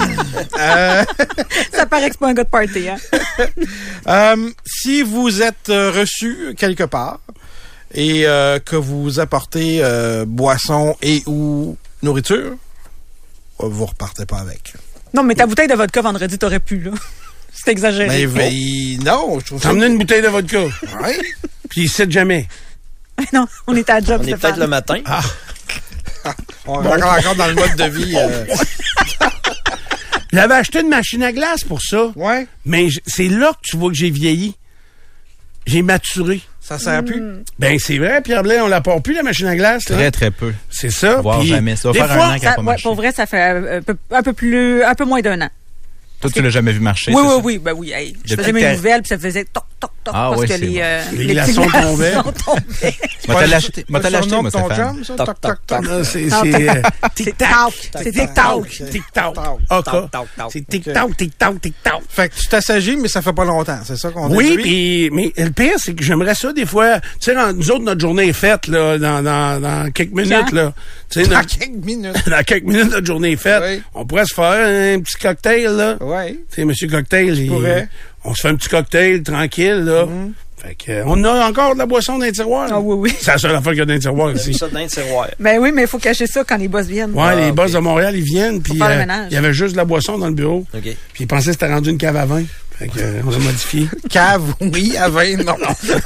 euh, Ça paraît que c'est pas un gars de party, hein? euh, si vous êtes euh, reçu quelque part et euh, que vous apportez euh, boisson et ou nourriture, vous repartez pas avec. Non, mais ta bouteille de vodka vendredi, t'aurais pu, là. C'est exagéré. Mais, mais non, je trouve T'as ça... emmené une bouteille de vodka. Ouais. Puis il cède jamais. Non, on était à job, On est peut-être le matin. Ah. On est encore, encore dans le mode de vie. Euh... J'avais acheté une machine à glace pour ça. Ouais. Mais j- c'est là que tu vois que j'ai vieilli. J'ai maturé. Ça sert plus. Ben, c'est vrai, Pierre Blais, on la porte plus, la machine à glace. Là. Très, très peu. C'est ça. Voire Puis, jamais. Ça va des faire fois, un an qu'elle a Ça, pas ouais, marché. pour vrai, ça fait un peu, un peu plus, un peu moins d'un an. Toi, tu l'as jamais vu marcher, Oui, c'est oui, ça? oui, ben oui. Hey, je Depuis faisais mes que- nouvelles, puis ça faisait toc, toc, toc, Ah parce oui, que c'est les, bon. euh, Les petits glaçons tombaient. tombaient. Moi, t'as l'acheté, moi, t'as Pas le l'acheté, surnom moi, de ton Stéphane. chum, ça? Toc, Toc, toc, toc, toc. là, c'est, Non, c'est, euh, C'est tic-tac. tac. C'est Tic-tac. tic-tac. Tic-tac. Tac. OK. Tac, tac, tac. C'est tic-tac, tic-tac, tic-tac. Fait que tu t'assagis, mais ça fait pas longtemps. C'est ça qu'on Oui, déduit? puis mais le pire, c'est que j'aimerais ça des fois. Tu sais, quand nous autres, notre journée est faite là, dans, dans, dans quelques minutes. là. Tu sais, Dans notre- quelques minutes. dans quelques minutes, notre journée est faite. Oui. On pourrait se faire un petit cocktail, là. Ouais. Tu sais, Monsieur Cocktail, il- pourrais. on se fait un petit cocktail tranquille, là. Fait que, euh, on a encore de la boisson dans les tiroirs. Ah oui, oui. C'est la seule affaire qu'il y a dans les tiroirs J'ai ici. mis ça dans le tiroir. Ben oui, mais il faut cacher ça quand les boss viennent. Ouais, Ah, les ok. boss de Montréal, ils viennent, puis faire le euh, ménage. il y avait juste de la boisson dans le bureau. OK. Puis ils pensaient que c'était rendu une cave à vin. Fait que, euh, on a modifié. Cave, oui, à vingt, non.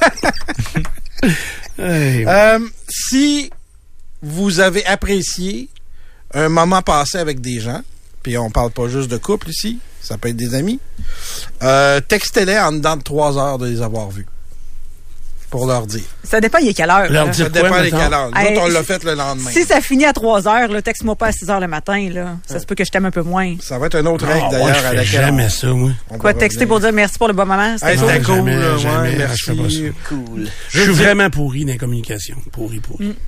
Hey, Euh, si vous avez apprécié un moment passé avec des gens, puis on parle pas juste de couple ici, ça peut être des amis, euh, textez-les en dedans de trois heures de les avoir vus. pour leur dire. Ça dépend, il est quelle heure. Leur là. dire Ça dépend quoi, des mettons? calendriers. Nous Hey, autres, on l'a fait le lendemain. Si ça finit à trois heures, là, texte-moi pas à six heures le matin. Là. Ça se peut que je t'aime un peu moins. Ça va être une autre règle, Ah, d'ailleurs, moi, je à fais laquelle jamais on- ça, moi. on Quoi, va texter revenir. pour dire merci pour le bon moment? C'était Hey, cool. c'était cool, Jamais, là, jamais, ouais, je fais pas merci. ça. Cool. Je suis vraiment pourri dans les communications. Pourri, pourri. Mm.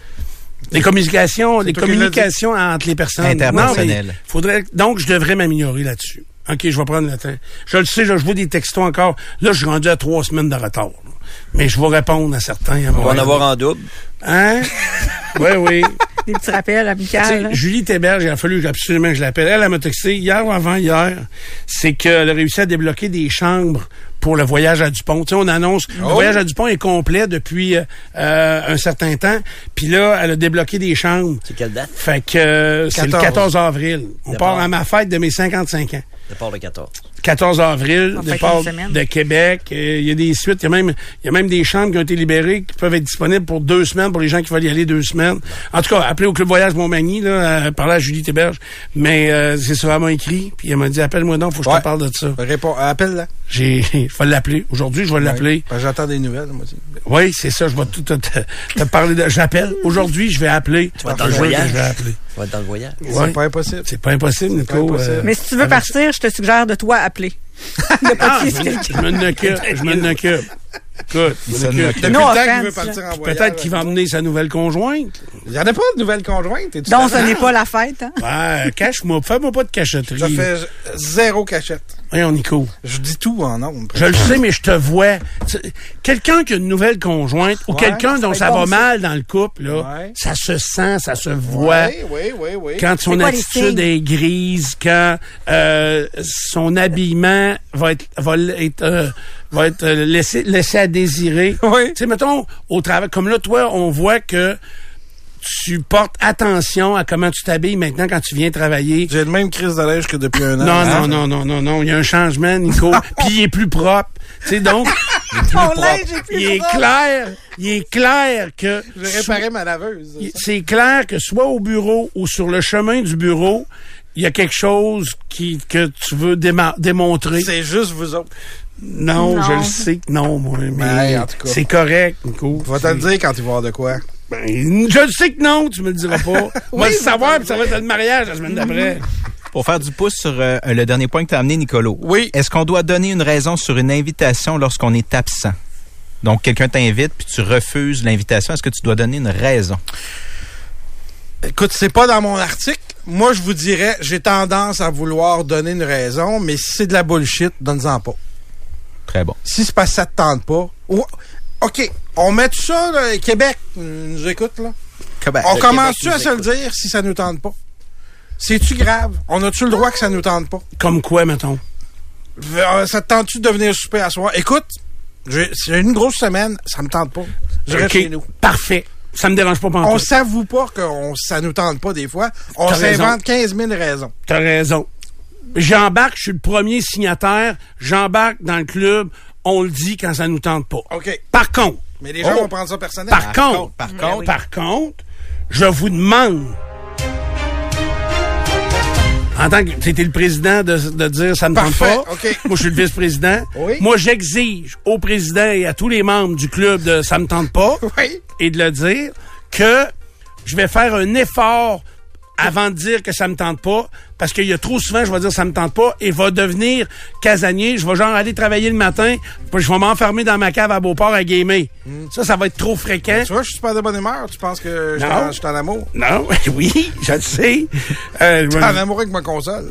Les communications, les toi qui l'as communications entre les personnes. Interpersonnelles. Non, mais faudrait, donc, je devrais m'améliorer là-dessus. OK, je vais prendre le temps. Je le sais, là, je vois des textos encore. Là, je suis rendu à trois semaines de retard. là. Mais je vais répondre à certains. À On va en avoir en double. Hein? Oui, oui. Des petits rappels Tu sais, amicaux. là. Julie Théberge, il a fallu absolument que je l'appelle. Elle, elle m'a texté hier ou avant-hier. C'est qu'elle a réussi à débloquer des chambres pour le voyage à Dupont. Tu sais, on annonce le Oh. voyage à Dupont est complet depuis euh, un certain temps. Puis là, elle a débloqué des chambres. C'est quelle date? Fait que euh, c'est le quatorze. quatorze avril. On Départ. part à ma fête de mes cinquante-cinq ans. Départ le quatorze. quatorze avril, On fait départ une semaine. de Québec. Euh, Il y a des suites. Il y a même il y a même des chambres qui ont été libérées qui peuvent être disponibles pour deux semaines pour les gens qui veulent y aller deux semaines. En tout cas, appelez au Club Voyage Montmagny, là, à parler à Julie Théberge. Mais euh, c'est ça, elle m'a écrit. Puis elle m'a dit, appelle-moi donc, faut que je Ouais. te parle de ça. Réponds, appelle-la. J'ai, il faut l'appeler. Aujourd'hui, je vais l'appeler. Ouais. J'attends des nouvelles, moi aussi. Oui, c'est ça. Je vais tout te, te, te parler de. J'appelle. Aujourd'hui, je vais appeler. vas être dans Je le jure que voyage. Je vais appeler. On va être dans le voyage. Ouais. C'est pas impossible. C'est pas impossible, Nico. pas impossible. euh, Mais si tu veux avec- partir, je te suggère de toi appeler. de pas Ah, te je fier me- sur je me occupe. Je me occupe. Écoute, je Ça m'en nous occupe. Depuis No le temps qu'il offense, veut partir en voyage. Peut-être qu'il va emmener sa nouvelle conjointe. Il n'y en a pas de nouvelle conjointe. es-tu Donc, ce d'accord? n'est pas la fête. Hein? Ouais, cache-moi. Fais-moi pas de cachotterie. Ça fait zéro cachette. Voyons, Nico. Je dis tout en nombre. Je le sais, mais je te vois. Tu- Quelqu'un qui a une nouvelle conjointe ou Ouais, quelqu'un dont ça ça va va être bon, mal dans le couple, là, Ouais. ça se sent, ça se voit. Oui, oui, oui, oui. Quand son quoi les attitude signes? est grise, quand euh, son habillement va être va être euh, va être euh, laissé laissé à désirer. Oui. Tu sais, mettons au travail, comme là, toi, on voit que tu portes attention à comment tu t'habilles maintenant quand tu viens travailler. J'ai le même crise de linge que depuis un an. Non, Hein? non, non, non, non, non. Il y a un changement, Nico. Puis il est plus propre. Tu sais, donc, Ton linge est plus il est propre. clair, il est clair que J'ai réparé ma laveuse. il- c'est clair que soit au bureau ou sur le chemin du bureau, il y a quelque chose qui que tu veux déma- démontrer. C'est juste vous autres. Non, Non. je le sais que non, moi, mais Ben, en tout cas. c'est correct, Nico. Je vais te le dire quand il va y avoir de quoi. Ben, je le sais que non, tu me le diras pas. On va le savoir, puis ça va être le mariage la semaine d'après. Pour faire du pouce sur euh, le dernier point que tu as amené, Nicolo. Oui. Est-ce qu'on doit donner une raison sur une invitation lorsqu'on est absent? Donc, quelqu'un t'invite puis tu refuses l'invitation. Est-ce que tu dois donner une raison? Écoute, c'est pas dans mon article. Moi, je vous dirais, j'ai tendance à vouloir donner une raison, mais si c'est de la bullshit, donne-en pas. Très bon. Si c'est parce que ça te tente pas. Ou- OK, on met tout ça, là, Québec, euh, nous écoute, là. Québec. On Le commence-tu Québec à se nous le dire si ça nous tente pas? C'est-tu grave? On a-tu le droit que ça nous tente pas? Comme quoi, mettons? Euh, Ça te tente-tu de venir souper à soir? Écoute, j'ai j'ai une grosse semaine, ça me tente pas. Je reste OK, chez nous. parfait. Ça me dérange pas On pantoute. s'avoue pas que on- ça nous tente pas des fois. On T'as raison. s'invente quinze mille raisons. T'as raison. J'embarque, je suis le premier signataire. J'embarque dans le club. On le dit quand ça nous tente pas. OK. Par contre, Mais les gens Oh. vont prendre ça personnel. par contre, par Ben contre, oui. par contre, je vous demande, en tant que t'étais le président de, de dire ça me tente Parfait, pas. OK. Moi, je suis le vice-président. Oui. Moi, j'exige au président et à tous les membres du club de ça me tente pas Oui. et de le dire que je vais faire un effort avant de dire que ça me tente pas, parce qu'il y a trop souvent, je vais dire ça me tente pas, et va devenir casanier. Je vais genre aller travailler le matin, puis je vais m'enfermer dans ma cave à Beauport à gamer. Ça, ça va être trop fréquent. Tu vois, je suis super de bonne humeur. Tu penses que je suis Non. en- je suis en amour? Non, oui, je le sais. Euh, Je suis en amour avec ma console.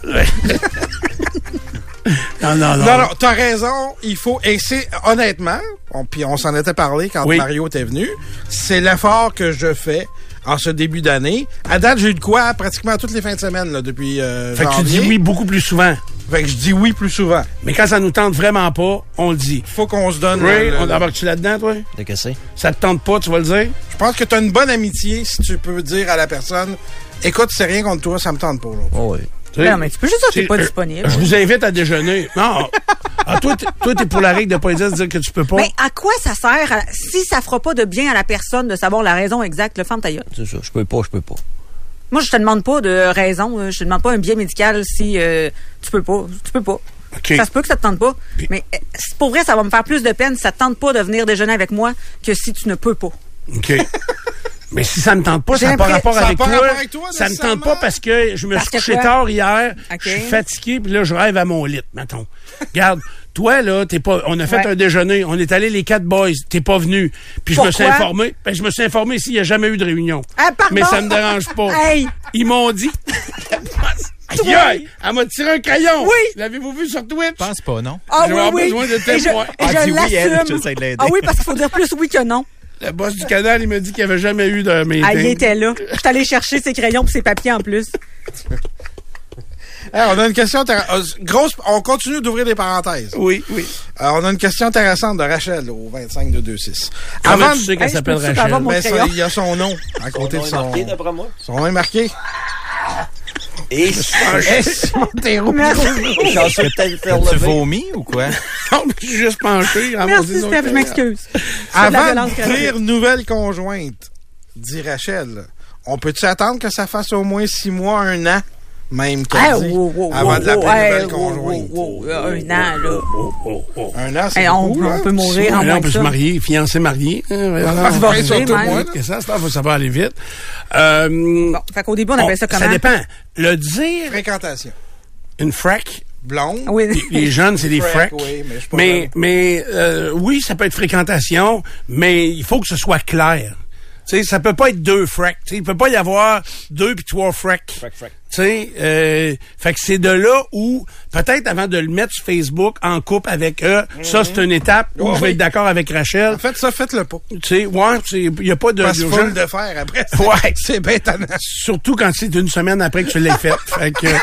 non, non, non. Non, non, t'as raison. Il faut, et c'est, honnêtement, on, puis on s'en était parlé quand Oui. Mario était venu, c'est l'effort que je fais en ce début d'année. À date, j'ai eu de quoi pratiquement toutes les fins de semaine, là, depuis euh, Fait que tu janvier. dis oui beaucoup plus souvent. Fait que je dis oui plus souvent. Mais quand ça nous tente vraiment pas, on le dit. Faut qu'on se donne... Ray, le- on embarque-tu là-dedans, toi? De que c'est? Ça te tente pas, tu vas le dire? Je pense que t'as une bonne amitié si tu peux dire à la personne, écoute, c'est rien contre toi, ça me tente pas. Là. Oh oui. Tu sais, Non, mais tu peux juste dire que t'es c'est- pas euh, disponible. Je vous invite à déjeuner. Non. Ah, toi, t'es, toi, t'es pour la règle de pas dire, de dire que tu peux pas. Mais à quoi ça sert, à- si ça fera pas de bien à la personne de savoir la raison exacte, le ferme ta gueule. C'est ça. Je peux pas, je peux pas. Moi, je te demande pas de raison. euh, Je te demande pas un biais médical si euh, tu peux pas. Tu peux pas. Okay. Ça se peut que ça te tente pas. Puis, mais euh, pour vrai, ça va me faire plus de peine si ça te tente pas de venir déjeuner avec moi que si tu ne peux pas. OK. Mais si ça me tente pas, J'ai ça n'a pas l'impré- rapport ça a avec pas toi. rapport avec toi, Ça me tente nécessairement. pas parce que je me Parce suis que couché quoi? tard hier. OK. Je suis fatigué, puis là, je rêve à mon lit, mettons. Regarde, toi, là, t'es pas. On a fait Ouais. un déjeuner. On est allés les quatre boys. T'es pas venu. Puis je me suis Pourquoi? informé. Ben, je me suis informé s'il n'y a jamais eu de réunion. Ah, pardon? Mais ça me dérange pas. Hey! Ils m'ont dit. Aïe, aïe, elle m'a tiré un crayon. Oui. L'avez-vous vu sur Twitch? Je pense pas, non? Ah Je oui, vais avoir oui. besoin de Et je, témoins. et Ah, je dis oui, elle, l'assume. j'essaie de l'aider. Ah oui, parce qu'il faut dire plus oui que non. Le boss du canal, il m'a dit qu'il n'y avait jamais eu de meeting. Ah, il était là. Je suis allée chercher ses crayons et ses papiers en plus. Hey, on a une question intér- euh, grosse. On continue d'ouvrir des parenthèses. Oui, oui. Euh, on a une question intéressante de Rachel au vingt-cinq de deux six. Comment Avant, tu sais qu'elle Hey, s'appelle je peux-tu Rachel? avoir mon ben, ça, crayon? il y a son nom à côté de On est son. marqué, d'après moi. Son nom est marqué. Et Merci. j'en suis peut-être faire Tu lever. vomis ou quoi? Non, mais je suis juste penché. à mon Merci, dîner. Steph, je m'excuse. C'est de la Avant violence de gratuite. dire nouvelle conjointe, dit Rachel, on peut-tu attendre que ça fasse au moins six mois, un an, même qu'elle Ah, dit, wow, wow, avant wow, de l'appeler wow, hey, nouvelle wow, conjointe? wow, wow, un an, là. Oh, oh, oh. Un an, c'est Hey, on, beaucoup, on hein? peut mourir en Là, moins on peut que se ça. marier, fiancé marié. Hein, Divorcer, surtout même. moi, que ça, ça, ça va aller vite. Euh, Bon, fait qu'au début, on appelle ça comment? Ça dépend. Le dire, Fréquentation. une frac, Blonde. Oui. les jeunes, c'est des Frac, fracs. oui, mais je suis pas mais, jeune. mais euh, oui, ça peut être fréquentation, mais il faut que ce soit clair. Tu sais, ça peut pas être deux fracs. Tu sais, il peut pas y avoir deux puis trois fracs. Frac, frac. Tu sais, euh, fait que c'est de là où, peut-être avant de le mettre sur Facebook en couple avec eux, ça, c'est une étape où Oh, je vais oui. être d'accord avec Rachel. En fait, ça, faites-le pas. Tu sais, ouais, il y a pas de... Parce qu'il faut d'urgence. le faire après. Ouais. C'est bête à Surtout quand c'est une semaine après que tu l'aies fait. Fait que...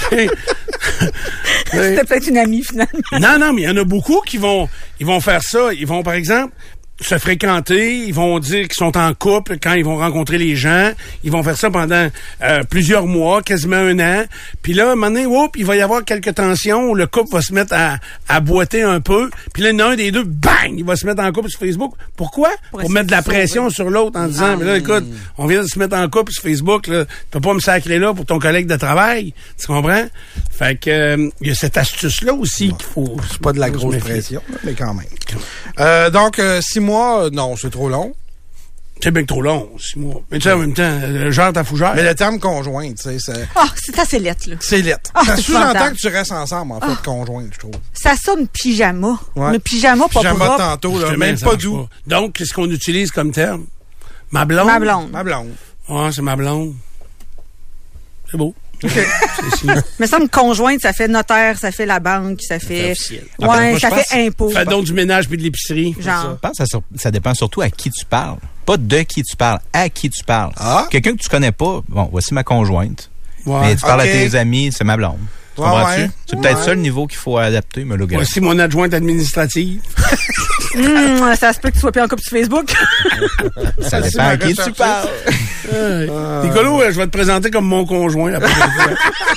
C'était peut-être une amie, finalement. Non, non, mais il y en a beaucoup qui vont, ils vont faire ça. Ils vont, par exemple, se fréquenter, ils vont dire qu'ils sont en couple quand ils vont rencontrer les gens. Ils vont faire ça pendant euh, plusieurs mois, quasiment un an. Puis là, à un moment donné, oups, il va y avoir quelques tensions. Le couple va se mettre à, à boiter un peu. Puis là, il y en a un des deux, bang, il va se mettre en couple sur Facebook. Pourquoi? Pour, essayer mettre de la de sauver. pression sur l'autre en disant, mais là, écoute, on vient de se mettre en couple sur Facebook. Là, tu peux pas me sacrer là pour ton collègue de travail. Tu comprends? Fait que euh, il y a cette astuce-là aussi qu'il faut... C'est pas de la faut se grosse méfier. pression, là, mais quand même. Euh, donc, euh, six mois, euh, non, c'est trop long. C'est bien que trop long, six mois. Mais tu sais, en même temps, euh, genre ta fougère. Mais le terme conjointe, tu sais, c'est- Ah, c'est assez lettre, là. c'est lettre. Ah, ça c'est sous-entend épouvantable. que tu restes ensemble, en fait, conjointe, je trouve. Ça sonne pyjama. Ouais. Le pyjama pas Pyjama de propre. tantôt, là, Justement, même ça pas marche doux. pas. Donc, qu'est-ce qu'on utilise comme terme? Ma blonde? Ma blonde. Ma blonde. Ouais, c'est ma blonde. C'est beau. C'est signé. Mais ça, une conjointe, ça fait notaire, ça fait la banque, ça fait... officiel. Ah ben, Ouais, moi, ça je fait pense- impôt. Fais donc du ménage puis de l'épicerie. Genre. Je pense que ça, sur- ça dépend surtout à qui tu parles. Pas de qui tu parles, à qui tu parles. Ah. Quelqu'un que tu connais pas, bon, voici ma conjointe. Ouais. Mais tu parles Ok. à tes amis, c'est ma blonde. Tu Ouais, comprends-tu? ouais. C'est peut-être Ouais. ça le niveau qu'il faut adapter, mais là, gars. Voici mon adjointe administrative. Hum, ça se peut que tu sois plus en couple sur Facebook. Ça Voici dépend ma à qui tu recherche. parles. Nicolas, euh, je vais te présenter comme mon conjoint la prochaine fois.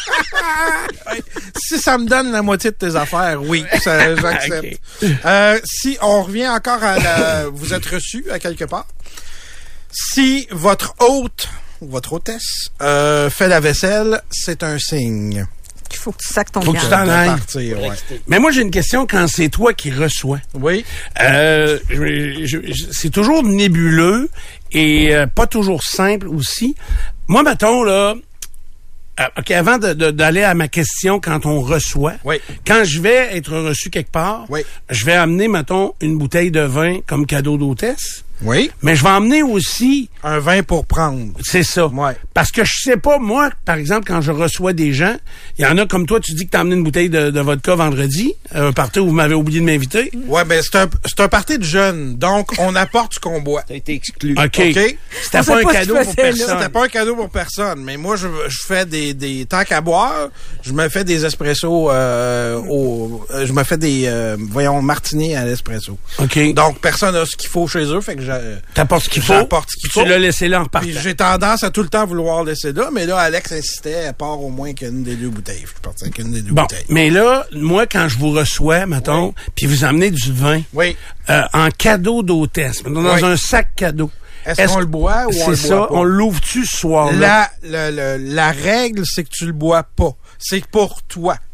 Si ça me donne la moitié de tes affaires, oui, ça, j'accepte. Euh, si on revient encore à la... Vous êtes reçu à quelque part. Si votre hôte ou votre hôtesse euh, fait la vaisselle, c'est un signe. Il faut que tu sacs ton Faut que tu gars. t'en de ailles. partir, ouais. Mais moi, j'ai une question quand c'est toi qui reçois. Oui. Euh, je- je- je- c'est toujours nébuleux et euh, pas toujours simple aussi. Moi, mettons, là, euh, OK, avant de- de- d'aller à ma question quand on reçoit, Oui. quand je vais être reçu quelque part, Oui. je vais amener, mettons, une bouteille de vin comme cadeau d'hôtesse, Oui. mais je vais emmener aussi, Un vin pour prendre. c'est ça. Ouais. Parce que je sais pas, moi, par exemple, quand je reçois des gens, il y en a comme toi, tu dis que t'as emmené une bouteille de, de vodka vendredi, un party où vous m'avez oublié de m'inviter. Ouais, ben c'est un, c'est un party de jeunes, donc on apporte ce qu'on boit. T'as été exclu. OK. OK? C'était On pas sait un pas ce cadeau que pour c'est, là. personne. C'était pas un cadeau pour personne, mais moi, je, je fais des, des... Tant qu'à boire, je me fais des espressos euh, au... euh, Je me fais des, euh, voyons, martinis à l'espresso. OK. Donc, personne n'a ce qu'il faut chez eux, fait que j'ai... T'apportes ce qu'il faut. J'apporte ce qu'il Tu faut. l'as laissé là en repartant. Puis j'ai tendance à tout le temps vouloir laisser là, mais là, Alex insistait, à part au moins qu'une des deux bouteilles. Je suis parti avec une des deux Bon, bouteilles. mais là, moi, quand je vous reçois, mettons, puis vous amenez du vin Oui. euh, en cadeau d'hôtesse, mettons, dans Oui. un sac cadeau. Est-ce qu'on le boit ou on le C'est boit ça, pas? on l'ouvre-tu ce soir-là? La, le- le- la règle, c'est que tu le bois pas. C'est pour toi.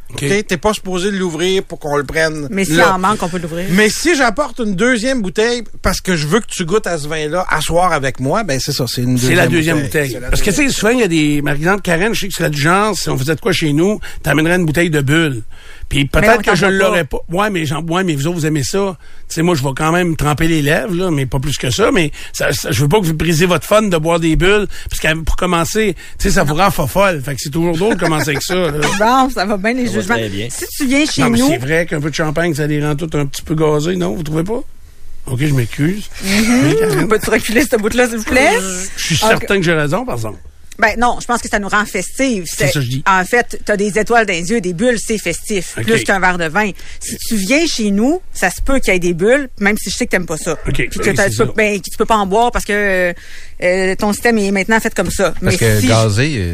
OK? Okay? T'es pas supposé l'ouvrir pour qu'on le prenne. Mais s'il là. en manque, on peut l'ouvrir. Mais si j'apporte une deuxième bouteille parce que je veux que tu goûtes à ce vin-là à soir avec moi, ben c'est ça, c'est une deuxième C'est la deuxième bouteille. bouteille. Parce que, tu sais, souvent, il y a des... Par exemple, Karen, je sais que c'est du genre, si on faisait de quoi chez nous, t'amènerais une bouteille de bulle. Puis peut-être que je l'aurais pas. Ouais, mais j'en, ouais, mais vous autres, vous aimez ça. Tu sais, moi, je vais quand même tremper les lèvres, là, mais pas plus que ça. Mais ça, ça, je veux pas que vous brisez votre fun de boire des bulles, parce que pour commencer, tu sais, ça vous rend fofolle. Fait que c'est toujours drôle de commencer avec ça. Là. Bon, ça va bien les Ça va jugements. très bien. Si tu viens chez Non, mais nous, c'est vrai qu'un peu de champagne, ça les rend tout un petit peu gazés, non? Vous trouvez pas? OK, je m'excuse. mm-hmm. Peux-tu reculer cette bout-là, s'il vous plaît? Je suis Ok. certain que j'ai raison, par exemple. Ben non, je pense que ça nous rend festifs. C'est ça que je dis. En fait, t'as des étoiles dans les yeux, des bulles, c'est festif, OK. plus qu'un verre de vin. Si tu viens chez nous, ça se peut qu'il y ait des bulles, même si je sais que t'aimes pas ça. OK. Puis que Oui, t'as- c'est tu, peux, ça. ben, tu peux pas en boire parce que euh, ton système est maintenant fait comme ça. Parce mais que si, gazé, euh,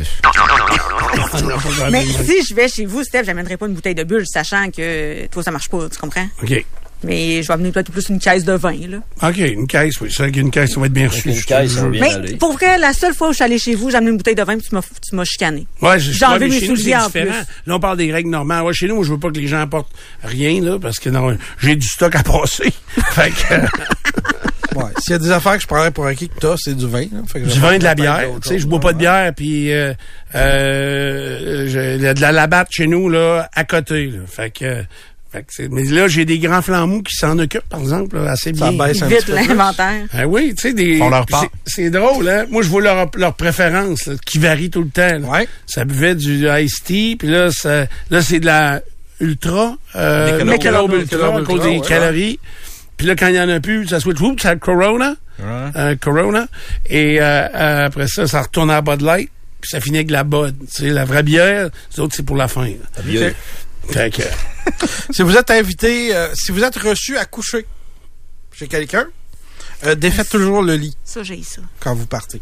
mais si je vais chez vous, Steph, j'amènerai pas une bouteille de bulles, sachant que toi, ça marche pas, tu comprends? OK. Mais je vais amener peut-être plus une caisse de vin, là. OK, une caisse, oui. C'est vrai qu'une caisse, ça va être bien reçu. Une je te caisse, jure. on vient Mais d'aller. pour vrai, la seule fois où je suis allée chez vous, j'ai amené une bouteille de vin puis tu m'as, tu m'as chicané. Ouais, je, J'ai ouais, enlevé mais mes chez nous, souliers c'est en différent. plus. Là, on parle des règles normales. Ouais, chez nous, moi, je veux pas que les gens apportent rien, là, parce que non, j'ai du stock à passer. Fait que, Ouais. S'il y a des affaires que je prendrais pour acquis que t'as, c'est du vin. Là. Fait que du je vin, vais de la peut-être bière. d'autres Tu sais, je choses. bois pas de bière, puis euh, euh, j'ai de la labatte chez nous, là, à côté, là. Fait que, fait que c'est, mais là, j'ai des grands flambeaux qui s'en occupent, par exemple, là, assez Ça bien. baisse un Vite petit peu plus. l'inventaire. Ah oui, tu sais, des. Font leur puis part. c'est, c'est drôle, hein. Moi, je vois leur, leur préférence, là, qui varie tout le temps, là. Ouais. Ça buvait du Ice Tea, puis là, ça, là, c'est de la Ultra, euh, Michelob Michelob Ultra, Ultra, à Michelob cause Ultra, des ouais. calories. Puis là, quand il y en a plus, ça switch, oups, ça Corona, ouais. euh, Corona, et euh, euh, après ça, ça retourne à Bud Light, puis ça finit avec la Bud. Tu sais, la vraie bière, les autres, c'est pour la fin. là. Vieux. Ok. Fait que, Si vous êtes invité, euh, si vous êtes reçu à coucher chez quelqu'un, euh, défaites toujours le lit Ça, j'ai ça. quand vous partez.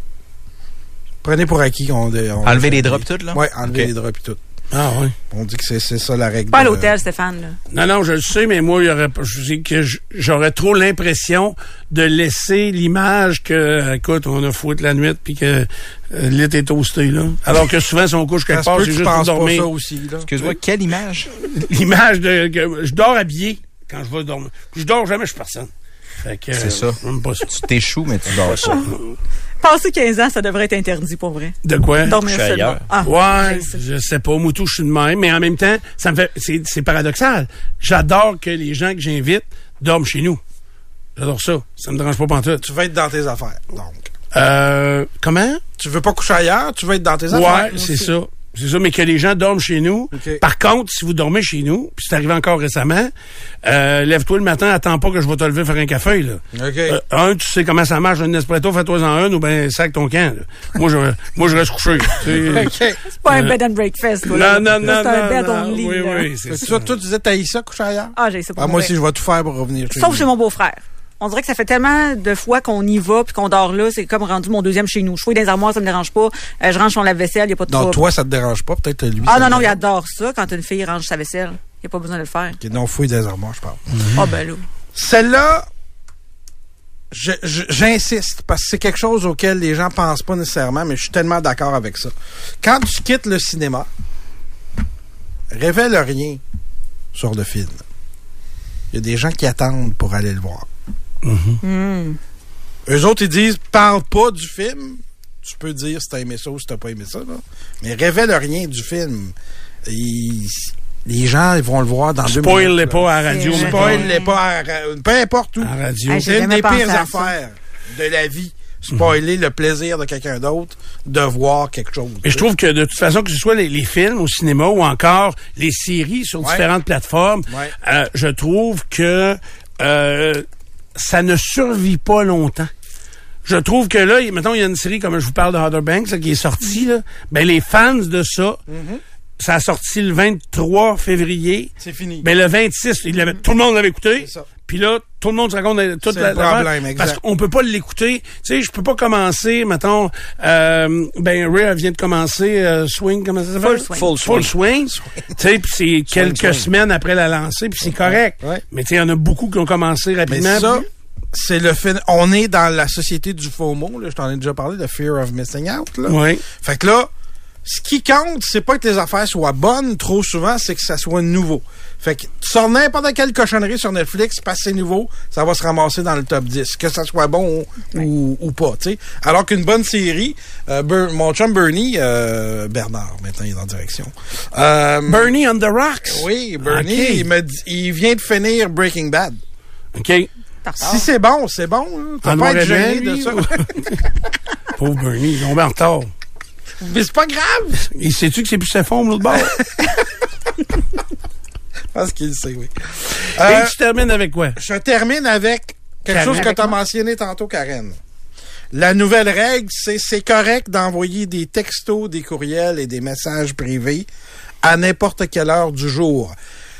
Prenez pour acquis qu'on... on enlever les draps toutes, là? Oui, enlever Ok. les draps et tout. ah oui. On dit que c'est, c'est ça la règle. Pas à de- l'hôtel, Stéphane, là. Non, non, je le sais, mais moi, il y aurait, pas- je sais que j- j'aurais trop l'impression de laisser l'image que, euh, écoute, on a fouetté la nuit puis que euh, le lit est toasté, là. Alors que souvent, si on couche Ça quelque se part, peut c'est que tu juste pour penses pas dormir. ça aussi. Là. Excuse-moi, quelle image? L'image de, que je dors habillé quand je vais dormir. Je dors jamais, je suis personne. Fait que, C'est ça. euh, même pas ça. Tu t'échoues, mais tu dors ça. Passer quinze ans, ça devrait être interdit, pour vrai. De quoi? Dormir Je suis seulement. ailleurs. Ah, Ouais, j'ai ça. je sais pas, Moutou, je suis de même, mais en même temps, ça me fait, c'est, c'est paradoxal. J'adore que les gens que j'invite dorment chez nous. J'adore ça. Ça me dérange pas pantoute. Tu vas être dans tes affaires, donc. Euh, comment? Tu veux pas coucher ailleurs, tu vas être dans tes affaires. Ouais, c'est ça. C'est ça, mais que les gens dorment chez nous. OK. Par contre, si vous dormez chez nous, puis c'est arrivé encore récemment, euh, lève-toi le matin, attends pas que je vais te lever faire un café, là. OK. Euh, un, tu sais comment ça marche, un Nespresso, fais-toi-en un, ou ben sac ton camp, là. Moi, je, moi, je reste couché. tu sais. OK. C'est pas un bed and breakfast, quoi, là. Non, non, non, C'est un non, bed non. only, Oui, là. oui, Fait c'est que ça. toi, toi, tu disais, t'as ça, coucher ailleurs? Ah, j'ai ça pour Ah, moi vrai. aussi, je vais tout faire pour revenir chez Sauf vous. chez mon beau-frère. On dirait que ça fait tellement de fois qu'on y va puis qu'on dort là, c'est comme rendu mon deuxième chez nous. Je fouille dans les armoires, ça me dérange pas. Euh, je range son lave-vaisselle, y a pas de Non, trouble. toi, ça te dérange pas. Peut-être lui. Ah ça non, te non, il dérange. adore ça quand une fille range sa vaisselle. Il a pas besoin de le faire. OK, non, fouille des armoires, je parle. Ah ben là. Celle-là, je- je- j'insiste, parce que c'est quelque chose auquel les gens pensent pas nécessairement, mais je suis tellement d'accord avec ça. Quand tu quittes le cinéma, révèle rien sur le film. Il y a des gens qui attendent pour aller le voir. Hmm. Eux autres, ils disent, parle pas du film. Tu peux dire si t'as aimé ça ou si t'as pas aimé ça, là. Mais révèle rien du film. Ils- les gens, ils vont le voir dans deux minutes. Spoil-les là. pas à la radio. C'est mettons. Spoil-les pas, à- peu importe où. À la radio. Ah, j'ai C'est une jamais des pensé pires à ça. affaires de la vie. Spoiler le plaisir de quelqu'un d'autre de voir quelque chose. Mais je trouve que de toute façon, que ce soit les, les films au cinéma ou encore les séries sur Ouais. différentes plateformes, Ouais. euh, je trouve que euh, ça ne survit pas longtemps. Je trouve que là, mettons, il y a une série comme je vous parle de Outer Banks là, qui est sortie, là, ben les fans de ça, ça a sorti le vingt-trois février. C'est fini. Ben le vingt-six, il l'avait, tout le monde l'avait écouté. C'est ça. Puis là, tout le monde se raconte toute C'est la, le l'affaire, problème, exact. parce qu'on peut pas l'écouter. Tu sais, je peux pas commencer, mettons, euh, ben Ray elle vient de commencer euh, Swing, comment ça s'appelle? Full Swing. Full Full Swing. Tu sais, puis c'est quelques swing. semaines après la lancée, puis c'est correct. Ouais. Mais tu sais, il y en a beaucoup qui ont commencé Mais rapidement. ça, puis- c'est le fait. On est dans la société du FOMO. Là, je t'en ai déjà parlé, de Fear of Missing Out. Là. Oui. Fait que là, ce qui compte, c'est pas que tes affaires soient bonnes trop souvent, c'est que ça soit nouveau. Fait que tu sors n'importe quelle cochonnerie sur Netflix, parce que c'est nouveau, ça va se ramasser dans le top dix, que ça soit bon ou, ou, ou pas, tu sais. Alors qu'une bonne série, euh, Ber- mon chum Bernie, euh, Bernard, maintenant il est en direction. Euh, Bernie on the Rocks. Oui, Bernie, Okay. il, me dit, il vient de finir Breaking Bad. OK. Si c'est bon, c'est bon. Hein. T'as En pas à noir être et blanc, gêné de lui, ça. ou- Pauvre Bernie, il est tombé en retard. Mais c'est pas grave. Il sait-tu que c'est plus sa forme, l'autre bord? Je pense qu'il le sait, oui. Et Euh, tu termines avec quoi? je termine avec quelque Karen. chose que tu as mentionné tantôt, Karen. La nouvelle règle, c'est c'est correct d'envoyer des textos, des courriels et des messages privés à n'importe quelle heure du jour.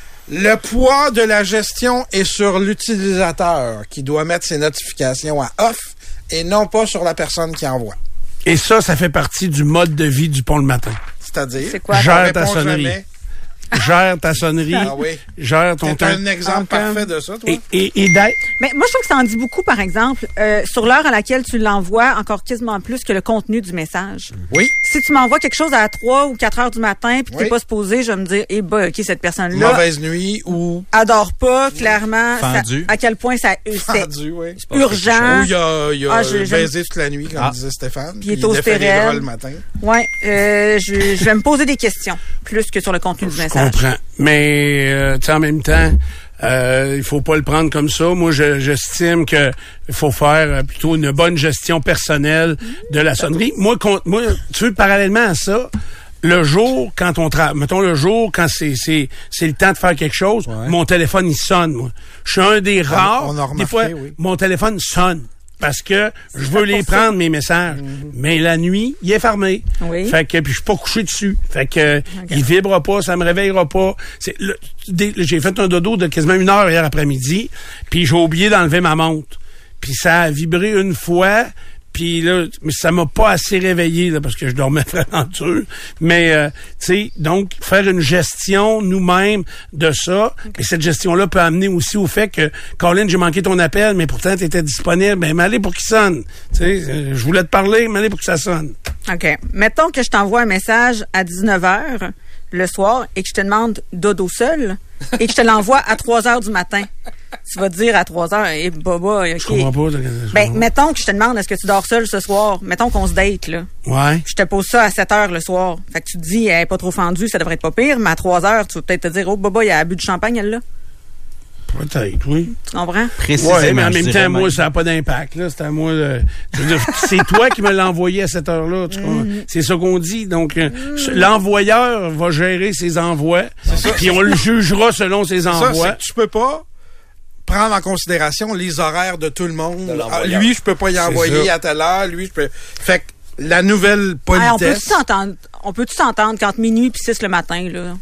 Le poids de la gestion est sur l'utilisateur qui doit mettre ses notifications à off et non pas sur la personne qui envoie. Et ça, ça fait partie du mode de vie du pont le matin. C'est-à-dire, C'est quoi? on Gère ta répond sonnerie. jamais. Gère ta sonnerie. Ah oui. Gère ton T'es temps. un exemple parfait de ça, toi. Et, et, et d'être... Mais moi, je trouve que ça en dit beaucoup, par exemple, euh, sur l'heure à laquelle tu l'envoies, encore quasiment plus que le contenu du message. Oui. Si tu m'envoies quelque chose à trois ou quatre heures du matin puis que Oui. t'es pas supposé, je vais me dire, eh ben, OK, cette personne-là Mauvaise nuit ou adore pas, clairement, ça- Fendu. à quel point ça c'est fendu, oui. urgent. Ou il y a, il y a Ah, je- j'aime- baisé toute la nuit, comme Ah. disait Stéphane. Puis il est il au défait les stéril. bras le matin. Ouais, euh, je, je vais me poser des questions, plus que sur le contenu du Je message. comprends. Mais, euh, tu sais, en même temps, euh, il faut pas le prendre comme ça. Moi, je, j'estime que il faut faire euh, plutôt une bonne gestion personnelle de la sonnerie. Moi, con- moi, tu veux, parallèlement à ça, le jour, quand on travaille, mettons le jour, quand c'est, c'est, c'est le temps de faire quelque chose, mon téléphone, il sonne, moi. Je suis un des rares, on a remarqué, des fois, oui. mon téléphone sonne. Parce que je veux les prendre, mes messages. Mais la nuit, il est fermé. Oui. Fait que, puis je suis pas couché dessus. Fait que, il vibrera pas, ça me réveillera pas. C'est, le- des- j'ai fait un dodo de quasiment une heure hier après-midi, puis j'ai oublié d'enlever ma montre. Puis ça a vibré une fois, puis là, mais ça m'a pas assez réveillé, là, parce que je dormais vraiment dur. Mais, euh, tu sais, donc, faire une gestion nous-mêmes de ça, et cette gestion-là peut amener aussi au fait que, Colin, j'ai manqué ton appel, mais pourtant, tu étais disponible, ben, m'aller pour qu'il sonne. Tu sais, euh, je voulais te parler, m'aller pour que ça sonne. OK. Mettons que je t'envoie un message à dix-neuf heures le soir et que je te demande dodo seul et que je te l'envoie à trois heures du matin. Tu vas te dire à trois heures, eh, baba, OK. Je comprends pas. je Ben, comprends. mettons que je te demande, est-ce que tu dors seul ce soir? Mettons qu'on se date, là. Ouais. Je te pose ça à sept heures le soir. Fait que tu te dis, elle est pas trop fendue, ça devrait être pas pire, mais à trois heures, tu vas peut-être te dire, oh, baba, il a bu de champagne, elle, là. Peut-être, oui. Tu comprends? Précisément. Ouais, mais en je même dirais temps, moi, même. ça n'a pas d'impact. Là, c'est à moi. De, je veux dire, c'est toi qui me l'as envoyé à cette heure-là. Tu comprends? C'est ça qu'on dit. Donc, euh, l'envoyeur va gérer ses envois. Puis on le jugera selon ses Ça, envois. c'est que tu peux pas prendre en considération les horaires de tout le monde. De l'envoyeur. Ah, lui, je peux pas y envoyer ça. à telle heure. Lui, je peux... Fait que la nouvelle Ah, on peut-tu politesse... s'entendre, on peut-tu s'entendre qu'entre minuit et six le matin, là?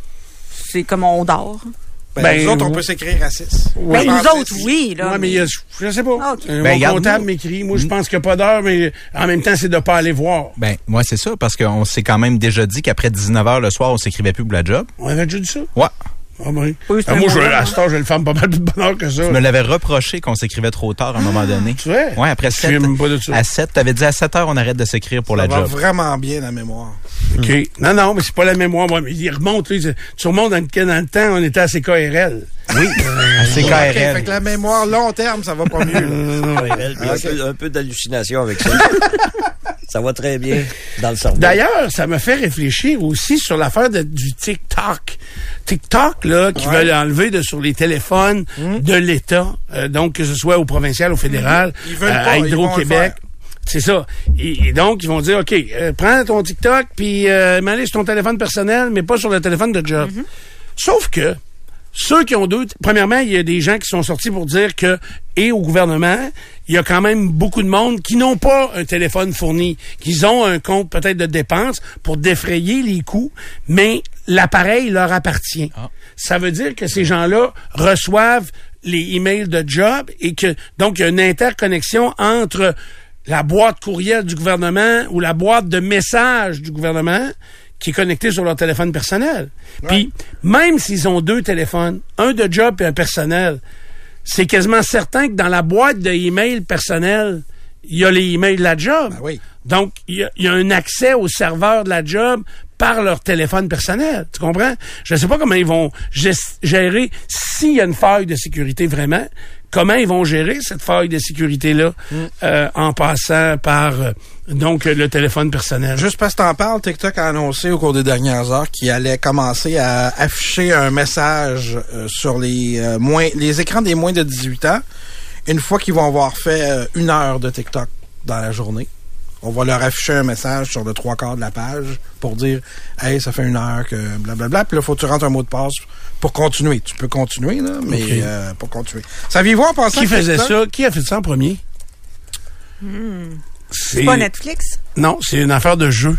C'est comme on dort. ben, Ben, nous autres, on oui. peut s'écrire à six. Ben, nous autres, oui, là. Ouais, mais il y a- je sais pas. Ah, ok. Euh, Ben, mon regarde, comptable nous- m'écrit. Moi, je pense qu'il n'y a pas d'heure, mais en même temps, c'est de pas aller voir. Ben, moi, c'est ça, parce qu'on s'est quand même déjà dit qu'après dix-neuf heures le soir, on s'écrivait plus pour la job. On avait déjà dit ça? Ouais. Ah, ben. Oui, c'est Ah, un moi, bon je, jour, à hein. cette heure, je le fais pas mal plus de bonheur que ça. Tu me l'avais reproché qu'on s'écrivait trop tard à un moment donné. Tu vois? Ouais, après Je sept. filme pas de ça. À sept, t'avais dit à sept heures, on arrête de s'écrire pour Ça la va job. vraiment bien, la mémoire. OK. Non, non, mais c'est pas la mémoire. Moi, mais il remonte. Là, il- tu remontes dans le, dans le temps, on était à C K R L. Oui, à C K R OK, fait L. que la mémoire long terme, ça va pas mieux. là. Elle, puis un, peu, un peu d'hallucination avec ça. Ça va très bien dans le cerveau. D'ailleurs, ça me fait réfléchir aussi sur l'affaire de- du TikTok. TikTok, là, qui Ouais. veulent enlever de, sur les téléphones de l'État, euh, donc que ce soit au provincial, au fédéral, Ils veulent euh, pas, à ils vont le Hydro-Québec. faire. C'est ça. Et, et donc, ils vont dire, OK, euh, prends ton TikTok, puis euh, mets-le sur ton téléphone personnel, mais pas sur le téléphone de job. Sauf que, ceux qui ont deux... Premièrement, il y a des gens qui sont sortis pour dire que, et au gouvernement, il y a quand même beaucoup de monde qui n'ont pas un téléphone fourni, qui ont un compte peut-être de dépenses pour défrayer les coûts, mais l'appareil leur appartient. Ah. Ça veut dire que ces gens-là reçoivent les emails de job et que, donc, il y a une interconnexion entre la boîte courriel du gouvernement ou la boîte de messages du gouvernement qui est connectée sur leur téléphone personnel. Puis, même s'ils ont deux téléphones, un de job et un personnel, c'est quasiment certain que dans la boîte de email personnel, il y a les emails de la job. Ben oui. Donc, il y, a, il y a un accès au serveur de la job par leur téléphone personnel. Tu comprends? Je ne sais pas comment ils vont gest- gérer, s'il y a une faille de sécurité vraiment, comment ils vont gérer cette faille de sécurité-là mm. euh, en passant par euh, donc le téléphone personnel. Juste parce que t'en parles, TikTok a annoncé au cours des dernières heures qu'il allait commencer à afficher un message euh, sur les euh, moins les écrans des moins de dix-huit ans une fois qu'ils vont avoir fait euh, une heure de TikTok dans la journée. On va leur afficher un message sur le trois quarts de la page pour dire « Hey, ça fait une heure que blablabla. » Puis là, il faut que tu rentres un mot de passe pour continuer. Tu peux continuer, là, mais okay. euh, pour continuer. Saviez-vous en passant... Qui faisait ça? Qui a fait ça en premier? Hmm. C'est... c'est pas Netflix? Non, c'est une affaire de jeu.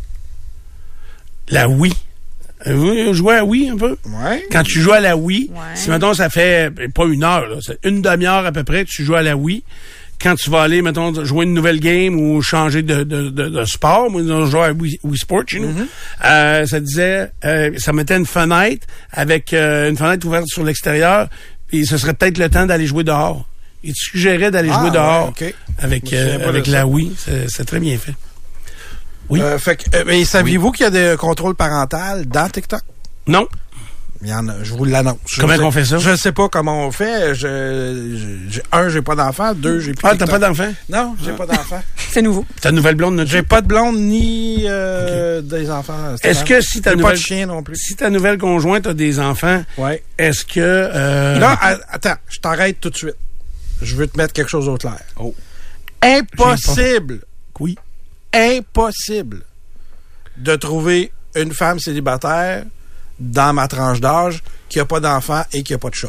La Wii. Vous jouez à Wii un peu? Ouais. Quand tu joues à la Wii, ouais. si, mettons, ça fait pas une heure, là, c'est une demi-heure à peu près, tu joues à la Wii. Quand tu vas aller, mettons, jouer une nouvelle game ou changer de, de, de, de sport, moi, on jouait à Wii, Wii Sport chez nous, mm-hmm. euh, ça disait, euh, ça mettait une fenêtre avec euh, une fenêtre ouverte sur l'extérieur, et ce serait peut-être le temps d'aller jouer dehors. Il te suggérait d'aller ah, jouer dehors ouais, okay. avec, euh, avec la Wii. C'est, c'est très bien fait. Oui. Euh, fait que, euh, mais saviez-vous oui. qu'il y a des contrôles parentaux dans TikTok? Non. Il y en a, je vous l'annonce. Comment on fait ça? Je ne sais pas comment on fait. Je, je, je, un, j'ai pas d'enfant. Deux, j'ai plus Ah, TikTok. T'as pas d'enfant? Non, j'ai ah. pas d'enfant. C'est nouveau. Ta nouvelle blonde, non? J'ai pas de blonde ni euh, okay. des enfants. Est-ce que si ta j'ai nouvelle... pas de chien non plus. Si ta nouvelle conjointe a des enfants, ouais. est-ce que... Euh... Là, attends, je t'arrête tout de suite. Je veux te mettre quelque chose au clair. Oh. Impossible. Oui. Impossible de trouver une femme célibataire dans ma tranche d'âge qui n'a pas d'enfant et qui n'a pas de chat.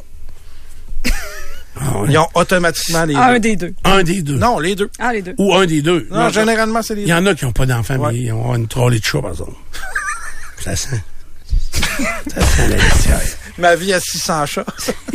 Ah ouais. Ils ont automatiquement les un deux. des deux. Un des deux. Non, les deux. Ah, les deux. Ou un des deux. Non, non généralement, c'est les deux. Il y en a qui n'ont pas d'enfants, ouais. mais ils ont une trolley de chat, par exemple. Ça sent. Ça sent la litière. Ma vie à six cents chats.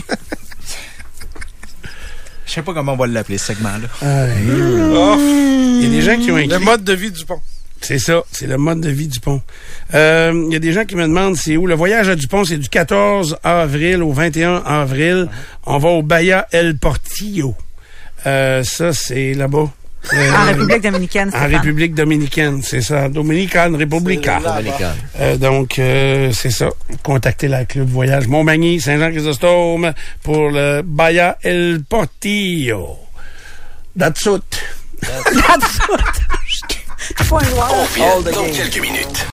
Je sais pas comment on va l'appeler, ce segment-là. Ah, mmh. oh. Il y a des gens qui ont écrit... Le mode de vie du pont. C'est ça, c'est le mode de vie du pont. Euh, il y a des gens qui me demandent c'est où. Le voyage à Dupont, c'est du quatorze avril au vingt et un avril. On va au Bahia El Portillo. Euh, ça, c'est là-bas. Euh, en République dominicaine, c'est En République dominicaine, c'est ça. Dominicaine Republica. Euh, donc, euh, c'est ça. Contactez la Club Voyage Montmagny, Saint-Jean-Chrysostome pour le Bahia El Portillo. That's it. That's it. On revient dans quelques minutes.